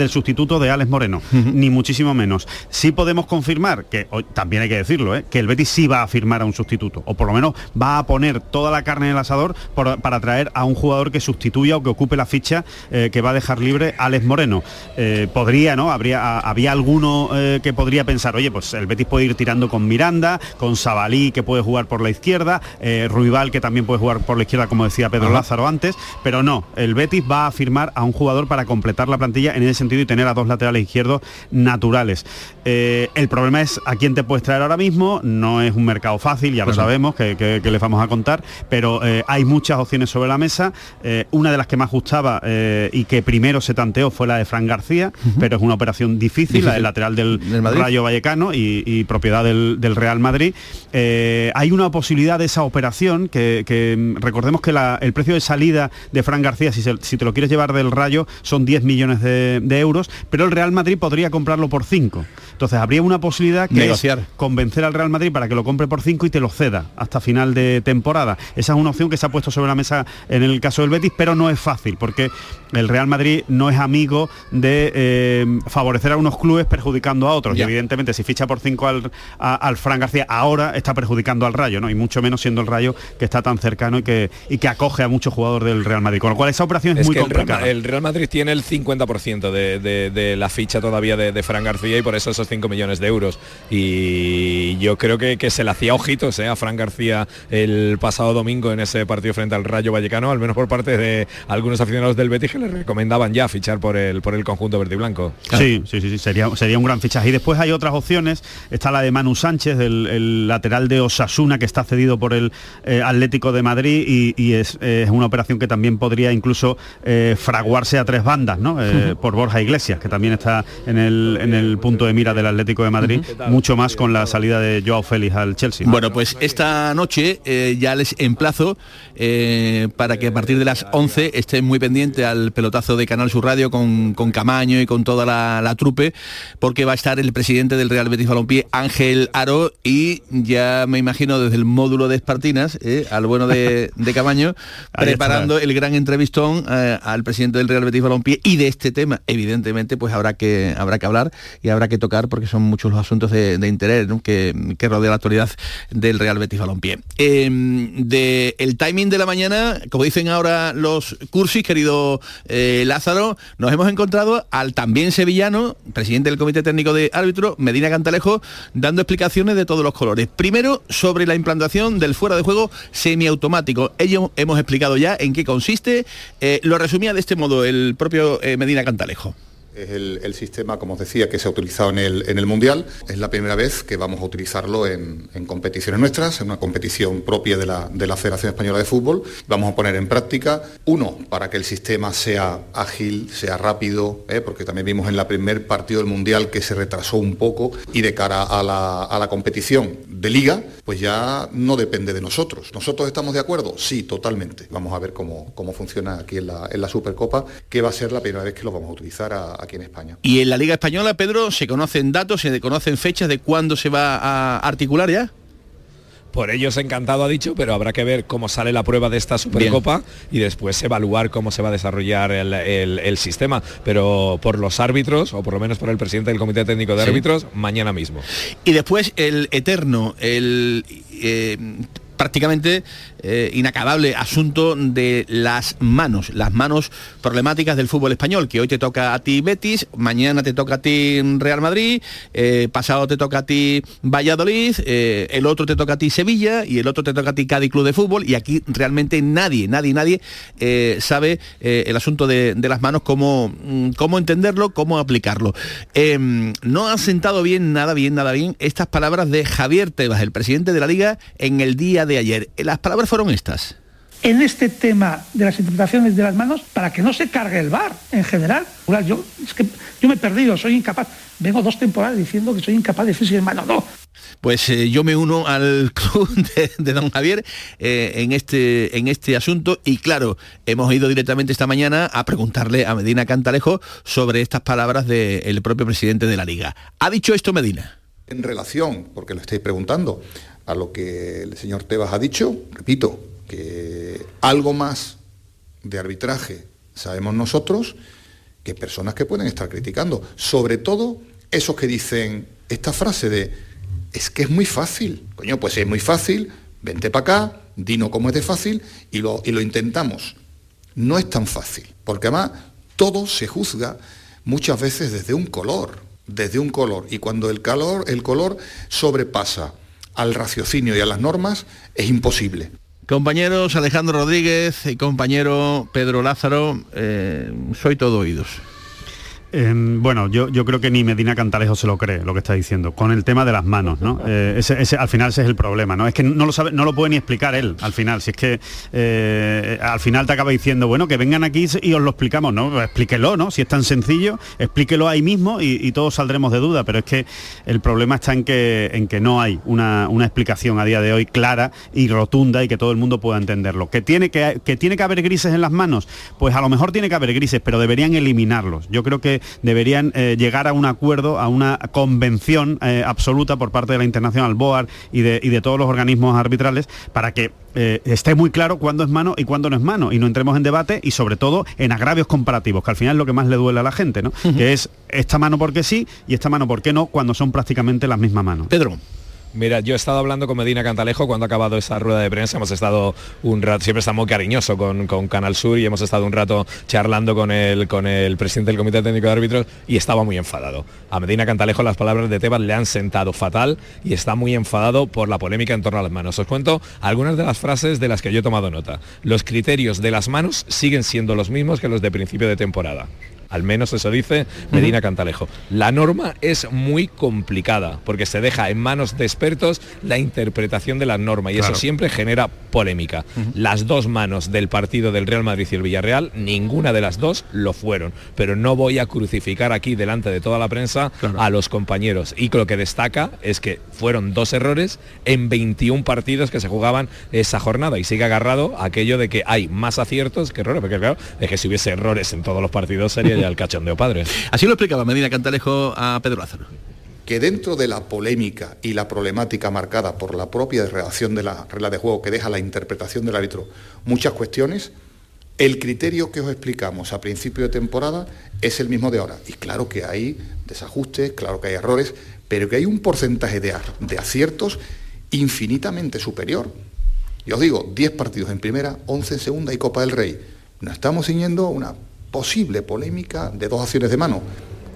del sustituto de Alex Moreno, uh-huh. ni muchísimo menos. Sí podemos confirmar, que hoy, también hay que decirlo, ¿eh? que el Betis sí va a firmar a un sustituto, o por lo menos va a poner toda la carne en el asador por, para traer a un jugador que sustituya o que ocupe la ficha eh, que va a dejar libre Alex Moreno. Eh, podría, ¿no? Habría, había alguno eh, que podría pensar, oye, pues el Betis puede ir tirando con Miranda, con Sabalí, que puede jugar por la izquierda, eh, Ruibal, que también puede jugar por la izquierda, como decía Pedro uh-huh. Lázaro antes, pero no, el Betis va a firmar a un jugador para completar la plantilla en ese sentido y tener a dos laterales izquierdos naturales. Eh, el problema es a quién te puedes traer ahora mismo. No es un mercado fácil, ya pues lo sabemos, no. que, que, que les vamos a contar, pero eh, hay muchas opciones sobre la mesa. Eh, una de las que más gustaba eh, y que primero se tanteó fue la de Fran García, uh-huh. pero es una operación difícil, difícil. la del lateral del, del Rayo Vallecano y, y propiedad del, del Real Madrid. Eh, hay una posibilidad de esa operación que, que recordemos que la, el precio de salida de Fran García, si, se, si te lo quieres llevar del Rayo, son diez millones de, de euros, pero el Real Madrid podría comprarlo por cinco. Entonces habría una posibilidad que negociar, es convencer al Real Madrid para que lo compre por cinco y te lo ceda hasta final de temporada. Esa es una opción que se ha puesto sobre la mesa en el caso del Betis, pero no es fácil, porque el Real Madrid no es amigo de eh, favorecer a unos clubes perjudicando a otros. Ya. Y evidentemente si ficha por cinco al, a, al Fran García ahora está perjudicando al Rayo, ¿no? Y mucho menos siendo el Rayo que está tan cercano y que, y que acoge a muchos jugadores del Real Madrid. Con lo cual esa operación es, es muy que complicada. El Real, el Real Madrid tiene el cincuenta por ciento de, de, de la ficha todavía de, de Fran García y por eso esos cinco millones de euros. Y yo creo que, que se le hacía ojitos ¿eh? a Fran García el pasado domingo en ese partido frente al Rayo Vallecano, al menos por parte de algunos aficionados del Betis que le recomendaban ya fichar por el por el conjunto verde y blanco. Sí, sí, sí, sí, sería, sería un gran fichaje. Y después hay otras opciones. Está la de Manu Sánchez, el, el lateral de Osasuna, que está cedido por el eh, Atlético de Madrid y, y es, eh, es una operación que también podría incluso eh, fraguarse a tres bandas, ¿no? Eh, uh-huh. por Borja Iglesias, que también está en el, en el punto de mira del Atlético de Madrid, uh-huh. mucho más con la salida de Joao Félix al Chelsea. Bueno, pues esta noche eh, ya les emplazo eh, para que a partir de las once estén muy pendientes al pelotazo de Canal Sur Radio con, con Camaño y con toda la, la trupe, porque va a estar el presidente del Real Betis Balompié, Ángel Aro, y ya me imagino desde el módulo de Espartinas, eh, al bueno de, de Camaño, preparando el gran entrevistón eh, al presidente del Real Betis Balompié, y de este tema, evidentemente, pues habrá que habrá que hablar y habrá que tocar, porque son muchos los asuntos de, de interés, ¿no? que, que rodea la actualidad del Real Betis Balompié. Eh, de el timing de la mañana, como dicen ahora los cursis, querido eh, Lázaro, nos hemos encontrado al también sevillano, presidente del Comité Técnico de Árbitros, Medina Cantalejo, dando explicaciones de todos los colores. Primero, sobre la implantación del fuera de juego semiautomático. Ellos hemos explicado ya en qué consiste. Eh, lo resumía de este modo el propio eh, Medina Cantalejo. Es el, el sistema, como os decía, que se ha utilizado en el, en el Mundial. Es la primera vez que vamos a utilizarlo en, en competiciones nuestras, en una competición propia de la, de la Federación Española de Fútbol. Vamos a poner en práctica, uno, para que el sistema sea ágil, sea rápido, ¿eh? porque también vimos en el primer partido del Mundial que se retrasó un poco, y de cara a la, a la competición de Liga, pues ya no depende de nosotros. ¿Nosotros estamos de acuerdo? Sí, totalmente. Vamos a ver cómo, cómo funciona aquí en la, en la Supercopa, que va a ser la primera vez que lo vamos a utilizar a, a aquí en España. Y en la Liga Española, Pedro, ¿se conocen datos, se conocen fechas de cuándo se va a articular ya? Por ellos encantado, ha dicho, pero habrá que ver cómo sale la prueba de esta Supercopa. Bien. Y después evaluar cómo se va a desarrollar el, el, el sistema. Pero por los árbitros, o por lo menos por el presidente del Comité Técnico de sí. Árbitros, mañana mismo. Y después el eterno, el... Eh, prácticamente eh, inacabable asunto de las manos, las manos problemáticas del fútbol español, que hoy te toca a ti Betis, mañana te toca a ti Real Madrid, eh, pasado te toca a ti Valladolid, eh, el otro te toca a ti Sevilla y el otro te toca a ti Cádiz Club de Fútbol, y aquí realmente nadie, nadie, nadie eh, sabe eh, el asunto de, de las manos, cómo, cómo entenderlo, cómo aplicarlo. Eh, no han sentado bien, nada bien, nada bien estas palabras de Javier Tebas, el presidente de la Liga, en el día de ayer. Las palabras fueron estas. En este tema de las interpretaciones de las manos, para que no se cargue el V A R en general. Yo, es que yo me he perdido, soy incapaz. Vengo dos temporadas diciendo que soy incapaz de decir si es mano no. Pues eh, yo me uno al club de, de don Javier eh, en, este, en este asunto, y claro, hemos ido directamente esta mañana a preguntarle a Medina Cantalejo sobre estas palabras del propio presidente de la Liga. ¿Ha dicho esto Medina? En relación, porque lo estáis preguntando, a lo que el señor Tebas ha dicho, repito, que algo más de arbitraje sabemos nosotros, que personas que pueden estar criticando, sobre todo esos que dicen esta frase de es que es muy fácil. Coño, pues es muy fácil, vente para acá, dinos cómo es de fácil y lo, y lo intentamos. No es tan fácil, porque además todo se juzga muchas veces desde un color, desde un color, y cuando el, calor, el color sobrepasa al raciocinio y a las normas, es imposible. Compañeros Alejandro Rodríguez y compañero Pedro Lázaro, eh, soy todo oídos. Eh, bueno, yo, yo creo que ni Medina Cantalejo se lo cree lo que está diciendo, con el tema de las manos, ¿no? Eh, ese, ese, al final ese es el problema, ¿no? Es que no lo sabe, no lo puede ni explicar él, al final, si es que eh, al final te acaba diciendo, bueno, que vengan aquí y os lo explicamos, ¿no? Pues explíquelo, ¿no? Si es tan sencillo, explíquelo ahí mismo y, y todos saldremos de duda, pero es que el problema está en que, en que no hay una, una explicación a día de hoy clara y rotunda y que todo el mundo pueda entenderlo. ¿Que tiene que, que tiene que haber grises en las manos? Pues a lo mejor tiene que haber grises, pero deberían eliminarlos. Yo creo que deberían eh, llegar a un acuerdo, a una convención eh, absoluta por parte de la International Board y de, y de todos los organismos arbitrales para que eh, esté muy claro cuándo es mano y cuándo no es mano y no entremos en debate y sobre todo en agravios comparativos, que al final es lo que más le duele a la gente, ¿no? Uh-huh. Que es esta mano porque sí y esta mano porque no, cuando son prácticamente las mismas manos. Pedro. Mira, yo he estado hablando con Medina Cantalejo cuando ha acabado esa rueda de prensa, hemos estado un rato, siempre está muy cariñoso con, con Canal Sur y hemos estado un rato charlando con el, con el presidente del Comité Técnico de Árbitros y estaba muy enfadado. A Medina Cantalejo las palabras de Tebas le han sentado fatal y está muy enfadado por la polémica en torno a las manos. Os cuento algunas de las frases de las que yo he tomado nota. Los criterios de las manos siguen siendo los mismos que los de principio de temporada. Al menos eso dice Medina Cantalejo. La norma es muy complicada porque se deja en manos de expertos la interpretación de la norma y claro, eso siempre genera polémica. Uh-huh. Las dos manos del partido del Real Madrid y el Villarreal, ninguna de las dos lo fueron. Pero no voy a crucificar aquí delante de toda la prensa claro, a los compañeros. Y lo que destaca es que fueron dos errores en veintiún partidos que se jugaban esa jornada y sigue agarrado a aquello de que hay más aciertos que errores, porque claro, es que si hubiese errores en todos los partidos sería ya el cachondeo padre. Así lo explicaba Medina Cantalejo a Pedro Lázaro. Que dentro de la polémica y la problemática marcada por la propia redacción de la regla de juego que deja la interpretación del árbitro muchas cuestiones, el criterio que os explicamos a principio de temporada es el mismo de ahora. Y claro que hay desajustes, claro que hay errores, pero que hay un porcentaje de, de aciertos infinitamente superior. Y os digo, diez partidos en primera, once en segunda y Copa del Rey. Nos estamos ciñendo una posible polémica de dos acciones de mano.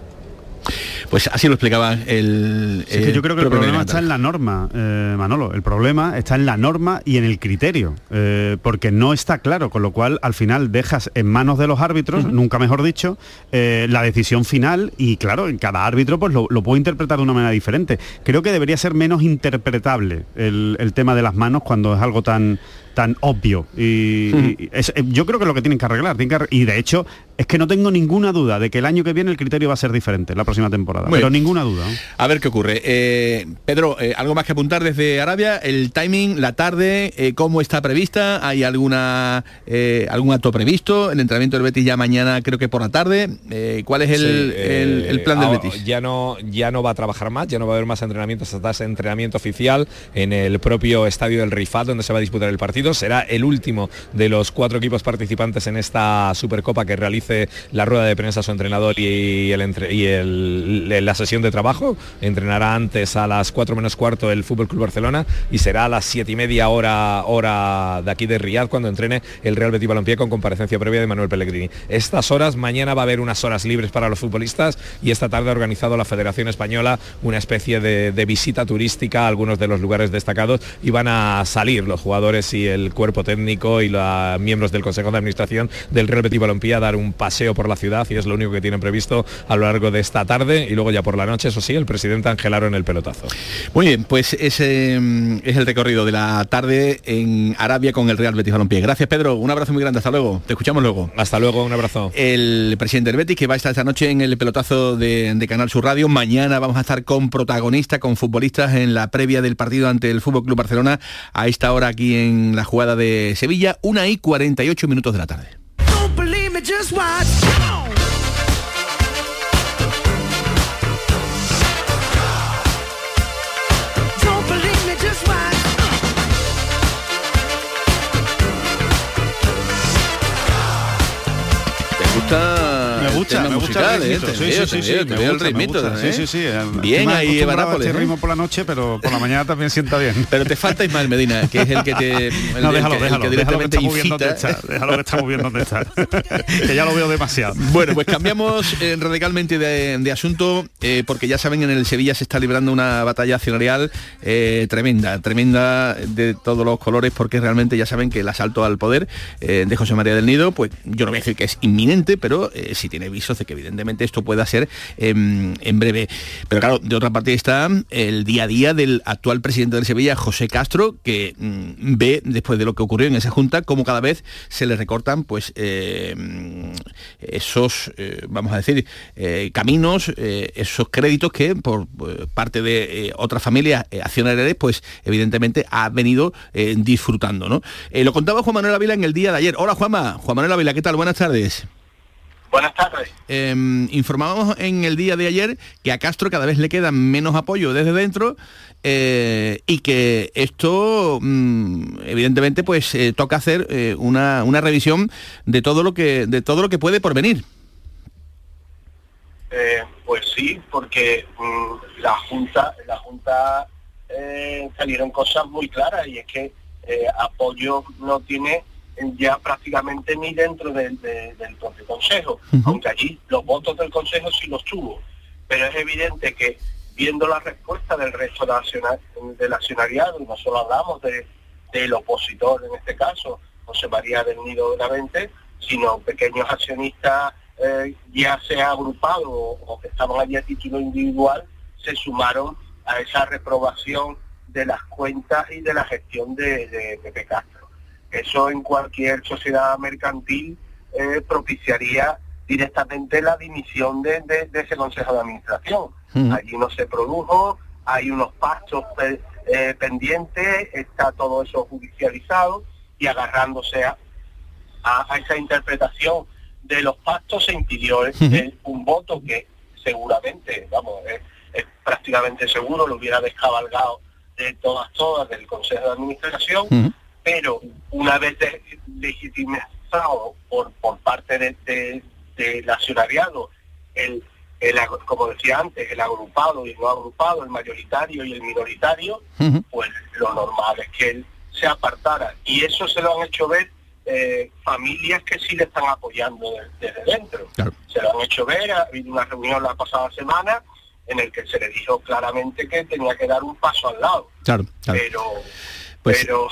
Pues así lo explicaba el... Sí, es que yo creo que el problema está en la norma, eh, Manolo. El problema está en la norma y en el criterio, eh, porque no está claro, con lo cual al final dejas en manos de los árbitros, uh-huh, nunca mejor dicho, eh, la decisión final y claro, cada árbitro pues lo, lo puede interpretar de una manera diferente. Creo que debería ser menos interpretable el, el tema de las manos cuando es algo tan tan obvio y, uh-huh, y es, yo creo que es lo que tienen que arreglar tienen que, y de hecho es que no tengo ninguna duda de que el año que viene el criterio va a ser diferente la próxima temporada, bueno, pero ninguna duda, ¿no? A ver qué ocurre. eh, Pedro, eh, algo más que apuntar desde Arabia, el timing, la tarde, eh, cómo está prevista, hay alguna eh, algún acto previsto, el entrenamiento del Betis ya mañana creo que por la tarde, eh, ¿cuál es el, sí, eh, el, el plan del Betis? Ya no, ya no va a trabajar más, ya no va a haber más entrenamientos hasta ese entrenamiento oficial en el propio estadio del Rifat donde se va a disputar el partido. Será el último de los cuatro equipos participantes en esta Supercopa que realice la rueda de prensa su entrenador y, el entre, y el, la sesión de trabajo. Entrenará antes a las cuatro menos cuarto el Fútbol Club Barcelona y será a las siete y media hora, hora de aquí de Riad cuando entrene el Real Betis Balompié con comparecencia previa de Manuel Pellegrini. Estas horas, mañana va a haber unas horas libres para los futbolistas y esta tarde ha organizado la Federación Española una especie de, de visita turística a algunos de los lugares destacados y van a salir los jugadores y el cuerpo técnico y los miembros del Consejo de Administración del Real Betis Balompié a dar un paseo por la ciudad y es lo único que tienen previsto a lo largo de esta tarde y luego ya por la noche, eso sí, el presidente Ángel Aro en el pelotazo. Muy bien, pues ese es el recorrido de la tarde en Arabia con el Real Betis Balompié. Gracias, Pedro, un abrazo muy grande, hasta luego, te escuchamos luego. Hasta luego, un abrazo. El presidente del Betis que va a estar esta noche en el pelotazo de, de Canal Sur Radio. Mañana vamos a estar con protagonistas, con futbolistas en la previa del partido ante el Fútbol Club Barcelona a esta hora aquí en la jugada de Sevilla, una y cuarenta y ocho minutos de la tarde. ¿Te gusta? Me gusta, me gusta el ritmito. Sí, sí, sí, sí, me gusta, me gusta. Sí, sí, sí. Bien ahí, Eva Nápoles. Este ritmo por la noche, pero por la mañana también sienta bien. Pero te falta Ismael Medina, que es el que te... El, no, déjalo, el que, déjalo, el que déjalo que está muy bien incita. donde está. Déjalo que está muy bien donde está. Que ya lo veo demasiado. Bueno, pues cambiamos eh, radicalmente de, de asunto, eh, porque ya saben, en el Sevilla se está librando una batalla accionarial eh, tremenda, tremenda de todos los colores, porque realmente ya saben que el asalto al poder eh, de José María del Nido, pues yo no voy a decir que es inminente, pero eh, sí tiene visos de que evidentemente esto pueda ser eh, en breve. Pero claro, de otra parte está el día a día del actual presidente del Sevilla, José Castro, que mmm, ve, después de lo que ocurrió en esa junta, cómo cada vez se le recortan pues eh, esos, eh, vamos a decir, eh, caminos, eh, esos créditos que por eh, parte de eh, otras familias eh, accionariales, pues evidentemente ha venido eh, disfrutando, ¿no? Eh, lo contaba Juan Manuel Ávila en el día de ayer. Hola Juanma, Juan Manuel Ávila, ¿qué tal? Buenas tardes. Buenas tardes. Eh, informábamos en el día de ayer que a Castro cada vez le queda menos apoyo desde dentro eh, y que esto mmm, evidentemente pues eh, toca hacer eh, una, una revisión de todo lo que de todo lo que puede por venir. Eh, pues sí, porque mmm, la Junta, la Junta eh, salieron cosas muy claras, y es que eh, apoyo no tiene ya prácticamente ni dentro de, de, del propio Consejo, uh-huh. aunque allí los votos del Consejo sí los tuvo, pero es evidente que viendo la respuesta del resto del accionariado, y no solo hablamos de, del opositor en este caso, José María del Nido Benavente, sino pequeños accionistas eh, ya sea agrupados o, o que estaban allí a título individual, se sumaron a esa reprobación de las cuentas y de la gestión de, de Pepe Castro. Eso en cualquier sociedad mercantil eh, propiciaría directamente la dimisión de, de, de ese Consejo de Administración. Mm. Allí no se produjo, hay unos pactos pe, eh, pendientes, está todo eso judicializado, y agarrándose a, a, a esa interpretación de los pactos se impidió mm. eh, un voto que seguramente, vamos, es, es prácticamente seguro, lo hubiera descabalgado de todas, todas del Consejo de Administración, mm. pero una vez de, legitimizado por, por parte de, de, del accionariado, el, el, como decía antes, el agrupado y el no agrupado, el mayoritario y el minoritario, uh-huh. pues lo normal es que él se apartara. Y eso se lo han hecho ver eh, familias que sí le están apoyando desde, desde dentro. Claro. Se lo han hecho ver, ha habido una reunión la pasada semana en el que se le dijo claramente que tenía que dar un paso al lado. Claro, claro. Pero... Pues... pero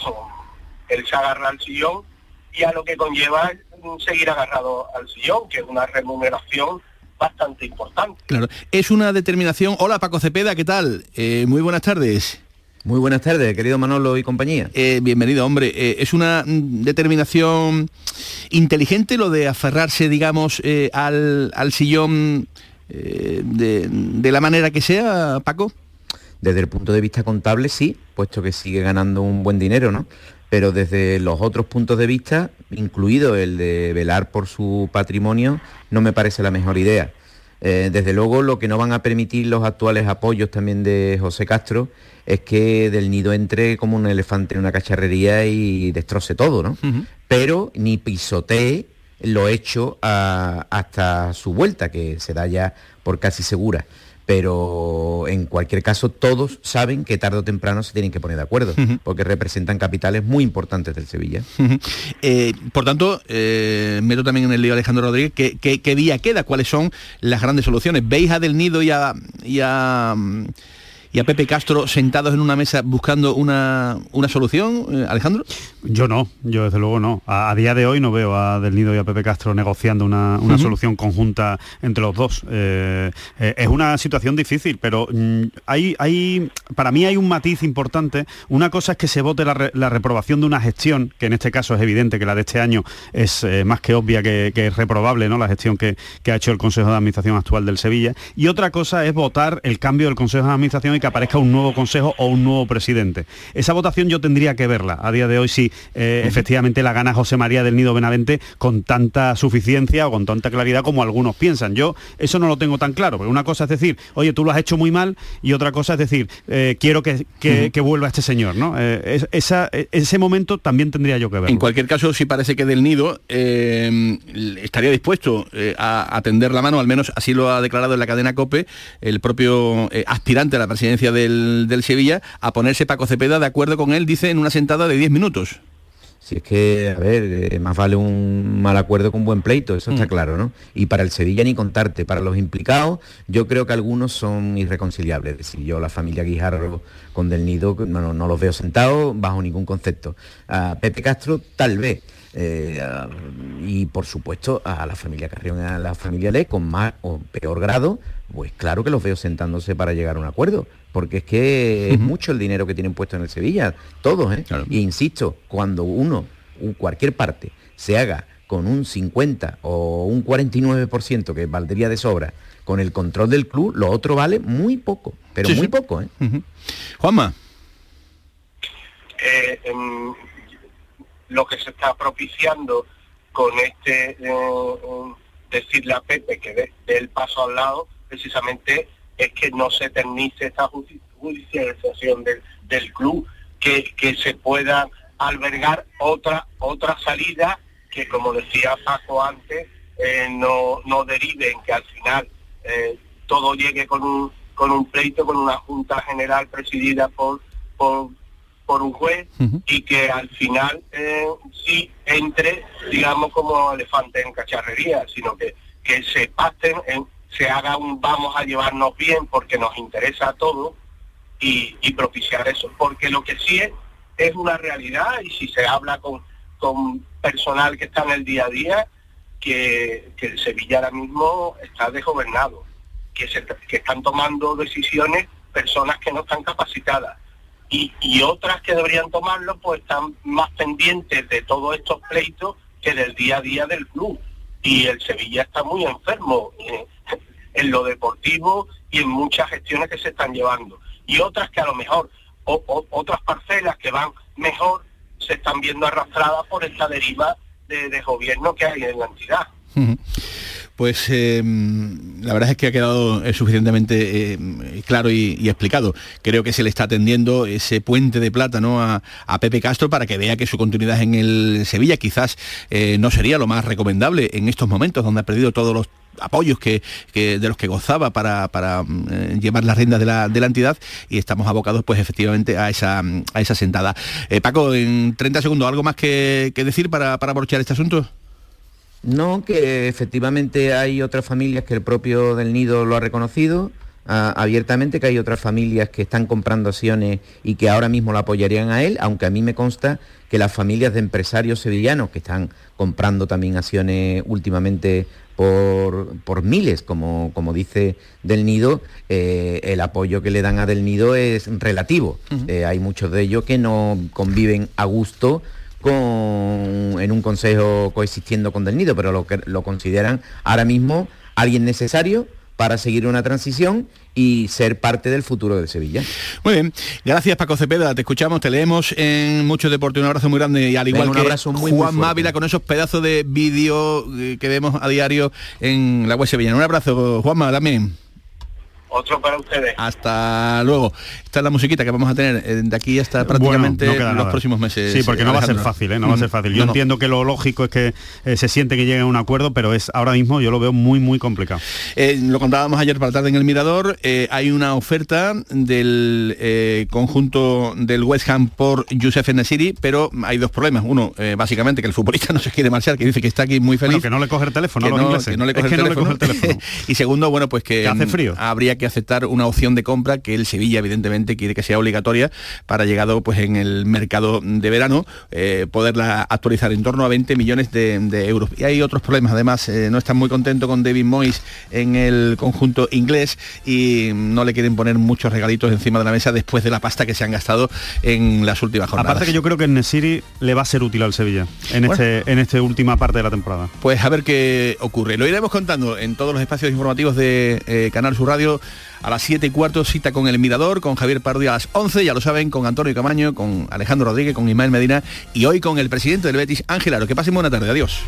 él se agarra al sillón, y a lo que conlleva es seguir agarrado al sillón, que es una remuneración bastante importante. Claro, es una determinación... Hola Paco Cepeda, ¿qué tal? Eh, muy buenas tardes. Muy buenas tardes, querido Manolo y compañía. Eh, bienvenido, hombre. Eh, ¿Es una determinación inteligente lo de aferrarse, digamos, eh, al, al sillón eh, de, de la manera que sea, Paco? Desde el punto de vista contable, sí, puesto que sigue ganando un buen dinero, ¿no? Pero desde los otros puntos de vista, incluido el de velar por su patrimonio, no me parece la mejor idea. Eh, desde luego, lo que no van a permitir los actuales apoyos también de José Castro es que Del Nido entre como un elefante en una cacharrería y destroce todo, ¿no? Uh-huh. Pero ni pisotee lo hecho a, hasta su vuelta, que se da ya por casi segura. Pero en cualquier caso todos saben que tarde o temprano se tienen que poner de acuerdo, uh-huh. porque representan capitales muy importantes del Sevilla. Uh-huh. Eh, por tanto, eh, meto también en el lío a Alejandro Rodríguez, ¿qué, qué, qué día queda? ¿Cuáles son las grandes soluciones? ¿Veis a Del Nido y a, y a, y a Pepe Castro sentados en una mesa buscando una, una solución, eh, Alejandro? Yo no, yo desde luego no. A, a día de hoy no veo a Del Nido y a Pepe Castro negociando una, una uh-huh. solución conjunta entre los dos. Eh, eh, es una situación difícil, pero mm, hay, hay, para mí hay un matiz importante. Una cosa es que se vote la, re, la reprobación de una gestión, que en este caso es evidente que la de este año es eh, más que obvia que, que es reprobable, ¿no? La gestión que, que ha hecho el Consejo de Administración actual del Sevilla. Y otra cosa es votar el cambio del Consejo de Administración y que aparezca un nuevo consejo o un nuevo presidente. Esa votación yo tendría que verla a día de hoy si eh, uh-huh. efectivamente la gana José María del Nido Benavente con tanta suficiencia o con tanta claridad como algunos piensan. Yo eso no lo tengo tan claro, porque una cosa es decir, oye, tú lo has hecho muy mal, y otra cosa es decir, eh, quiero que, que, uh-huh. que vuelva este señor, ¿no? Eh, es, esa, ese momento también tendría yo que verlo. En cualquier caso, sí parece que del Nido eh, estaría dispuesto eh, a, a tender la mano, al menos así lo ha declarado en la cadena COPE el propio eh, aspirante a la presidencia del, del Sevilla, a ponerse Paco Cepeda de acuerdo con él, dice, en una sentada de diez minutos. Si es que, a ver, eh, más vale un mal acuerdo que un buen pleito, eso está mm. claro, ¿no? Y para el Sevilla ni contarte, para los implicados, yo creo que algunos son irreconciliables. Es decir, yo la familia Guijarro con Del Nido no, no los veo sentados bajo ningún concepto. A Pepe Castro, tal vez. Eh, y por supuesto a la familia Carrión y a la familia Le con más o peor grado, pues claro que los veo sentándose para llegar a un acuerdo, porque es que uh-huh. es mucho el dinero que tienen puesto en el Sevilla, todos, ¿eh? Claro. Y insisto, cuando uno, cualquier parte, se haga con un cincuenta o un cuarenta y nueve por ciento, que valdría de sobra, con el control del club, lo otro vale muy poco, pero sí, muy sí. poco, ¿eh? Uh-huh. Juanma. Eh, um... lo que se está propiciando con este eh, decirle a Pepe que dé el paso al lado, precisamente es que no se eternice esta judicialización del, del club, que, que se pueda albergar otra otra salida que, como decía Paco antes, eh, no, no derive en que al final eh, todo llegue con un con un pleito, con una junta general presidida por por por un juez, uh-huh. y que al final eh, sí entre, digamos, como elefante en cacharrería, sino que, que se pacten, en, se haga un vamos a llevarnos bien porque nos interesa a todos y, y propiciar eso, porque lo que sí es, es una realidad, y si se habla con, con personal que está en el día a día, que, que el Sevilla ahora mismo está desgobernado, que, se, que están tomando decisiones personas que no están capacitadas, Y, y otras que deberían tomarlo pues están más pendientes de todos estos pleitos que del día a día del club. Y el Sevilla está muy enfermo en, en lo deportivo y en muchas gestiones que se están llevando. Y otras que a lo mejor, o, o, otras parcelas que van mejor, se están viendo arrastradas por esta deriva de, de gobierno que hay en la entidad. Pues eh, la verdad es que ha quedado eh, suficientemente eh, claro y, y explicado. Creo que se le está atendiendo ese puente de plata, ¿no?, a, a Pepe Castro, para que vea que su continuidad en el Sevilla quizás eh, no sería lo más recomendable en estos momentos donde ha perdido todos los apoyos que, que de los que gozaba para, para eh, llevar las riendas de la, de la entidad, y estamos abocados pues efectivamente a esa, a esa sentada. Eh, Paco, en treinta segundos, ¿algo más que, que decir para, para abrochar este asunto? No, que efectivamente hay otras familias que el propio Del Nido lo ha reconocido uh, abiertamente, que hay otras familias que están comprando acciones y que ahora mismo lo apoyarían a él, aunque a mí me consta que las familias de empresarios sevillanos que están comprando también acciones últimamente por, por miles, como, como dice Del Nido, eh, el apoyo que le dan a Del Nido es relativo. Uh-huh. Eh, hay muchos de ellos que no conviven a gusto con en un consejo coexistiendo con Del Nido, pero lo que lo consideran ahora mismo alguien necesario para seguir una transición y ser parte del futuro del Sevilla. Muy bien, gracias Paco Cepeda, te escuchamos, te leemos en Mucho Deporte, un abrazo muy grande, y al igual Venga, que muy, Juan muy Mávila con esos pedazos de vídeo que vemos a diario en la web sevillana. Un abrazo, Juanma, también. Otro para ustedes. Hasta luego. Esta es la musiquita que vamos a tener de aquí hasta prácticamente bueno, no los nada. próximos meses. Sí, porque no va a ser fácil, ¿eh? No mm. va a ser fácil. Yo no, entiendo no. que lo lógico es que eh, se siente que lleguen a un acuerdo, pero es ahora mismo yo lo veo muy, muy complicado. Eh, lo contábamos ayer por la tarde en El Mirador. Eh, hay una oferta del eh, conjunto del West Ham por Youssef En-Nesyri, pero hay dos problemas. Uno, eh, básicamente, que el futbolista no se quiere marchar, que dice que está aquí muy feliz. Bueno, que no le coge el teléfono a los no, ingleses. Que no le coge, es el, que teléfono. No le coge el teléfono. Y segundo, bueno, pues que, que hace frío. Habría que aceptar una opción de compra que el Sevilla evidentemente quiere que sea obligatoria para, llegado pues en el mercado de verano, eh, poderla actualizar en torno a veinte millones de, de euros. Y hay otros problemas, además, eh, no están muy contentos con David Moyes en el conjunto inglés y no le quieren poner muchos regalitos encima de la mesa después de la pasta que se han gastado en las últimas jornadas. Aparte que yo creo que En-Nesyri le va a ser útil al Sevilla en bueno, este en esta última parte de la temporada. Pues a ver qué ocurre. Lo iremos contando en todos los espacios informativos de eh, Canal Sur Radio a las siete y cuarto, cita con El Mirador, con Javier Pardo a las once, ya lo saben, con Antonio Camaño, con Alejandro Rodríguez, con Ismael Medina y hoy con el presidente del Betis, Ángel Aro. Que pasen buena tarde, adiós.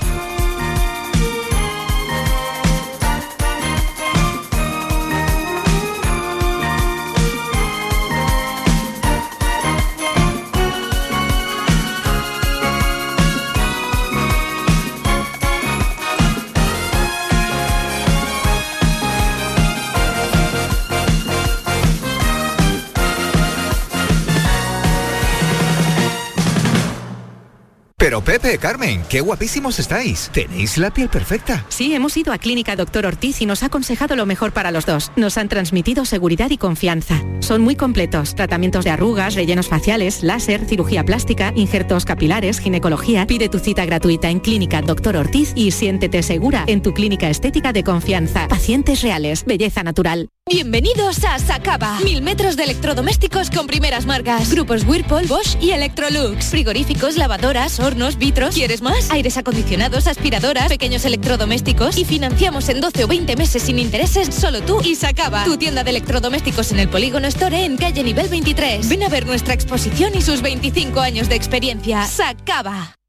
Pero Pepe, Carmen, qué guapísimos estáis. Tenéis la piel perfecta. Sí, hemos ido a Clínica Doctor Ortiz y nos ha aconsejado lo mejor para los dos. Nos han transmitido seguridad y confianza. Son muy completos. Tratamientos de arrugas, rellenos faciales, láser, cirugía plástica, injertos capilares, ginecología. Pide tu cita gratuita en Clínica Doctor Ortiz y siéntete segura en tu clínica estética de confianza. Pacientes reales, belleza natural. Bienvenidos a Sacaba. Mil metros de electrodomésticos con primeras marcas. Grupos Whirlpool, Bosch y Electrolux. Frigoríficos, lavadoras, hornos, vitros. ¿Quieres más? Aires acondicionados, aspiradoras, pequeños electrodomésticos. Y financiamos en doce o veinte meses sin intereses solo tú y Sacaba. Tu tienda de electrodomésticos en el Polígono Store en calle Nivel veintitrés. Ven a ver nuestra exposición y sus veinticinco años de experiencia. Sacaba.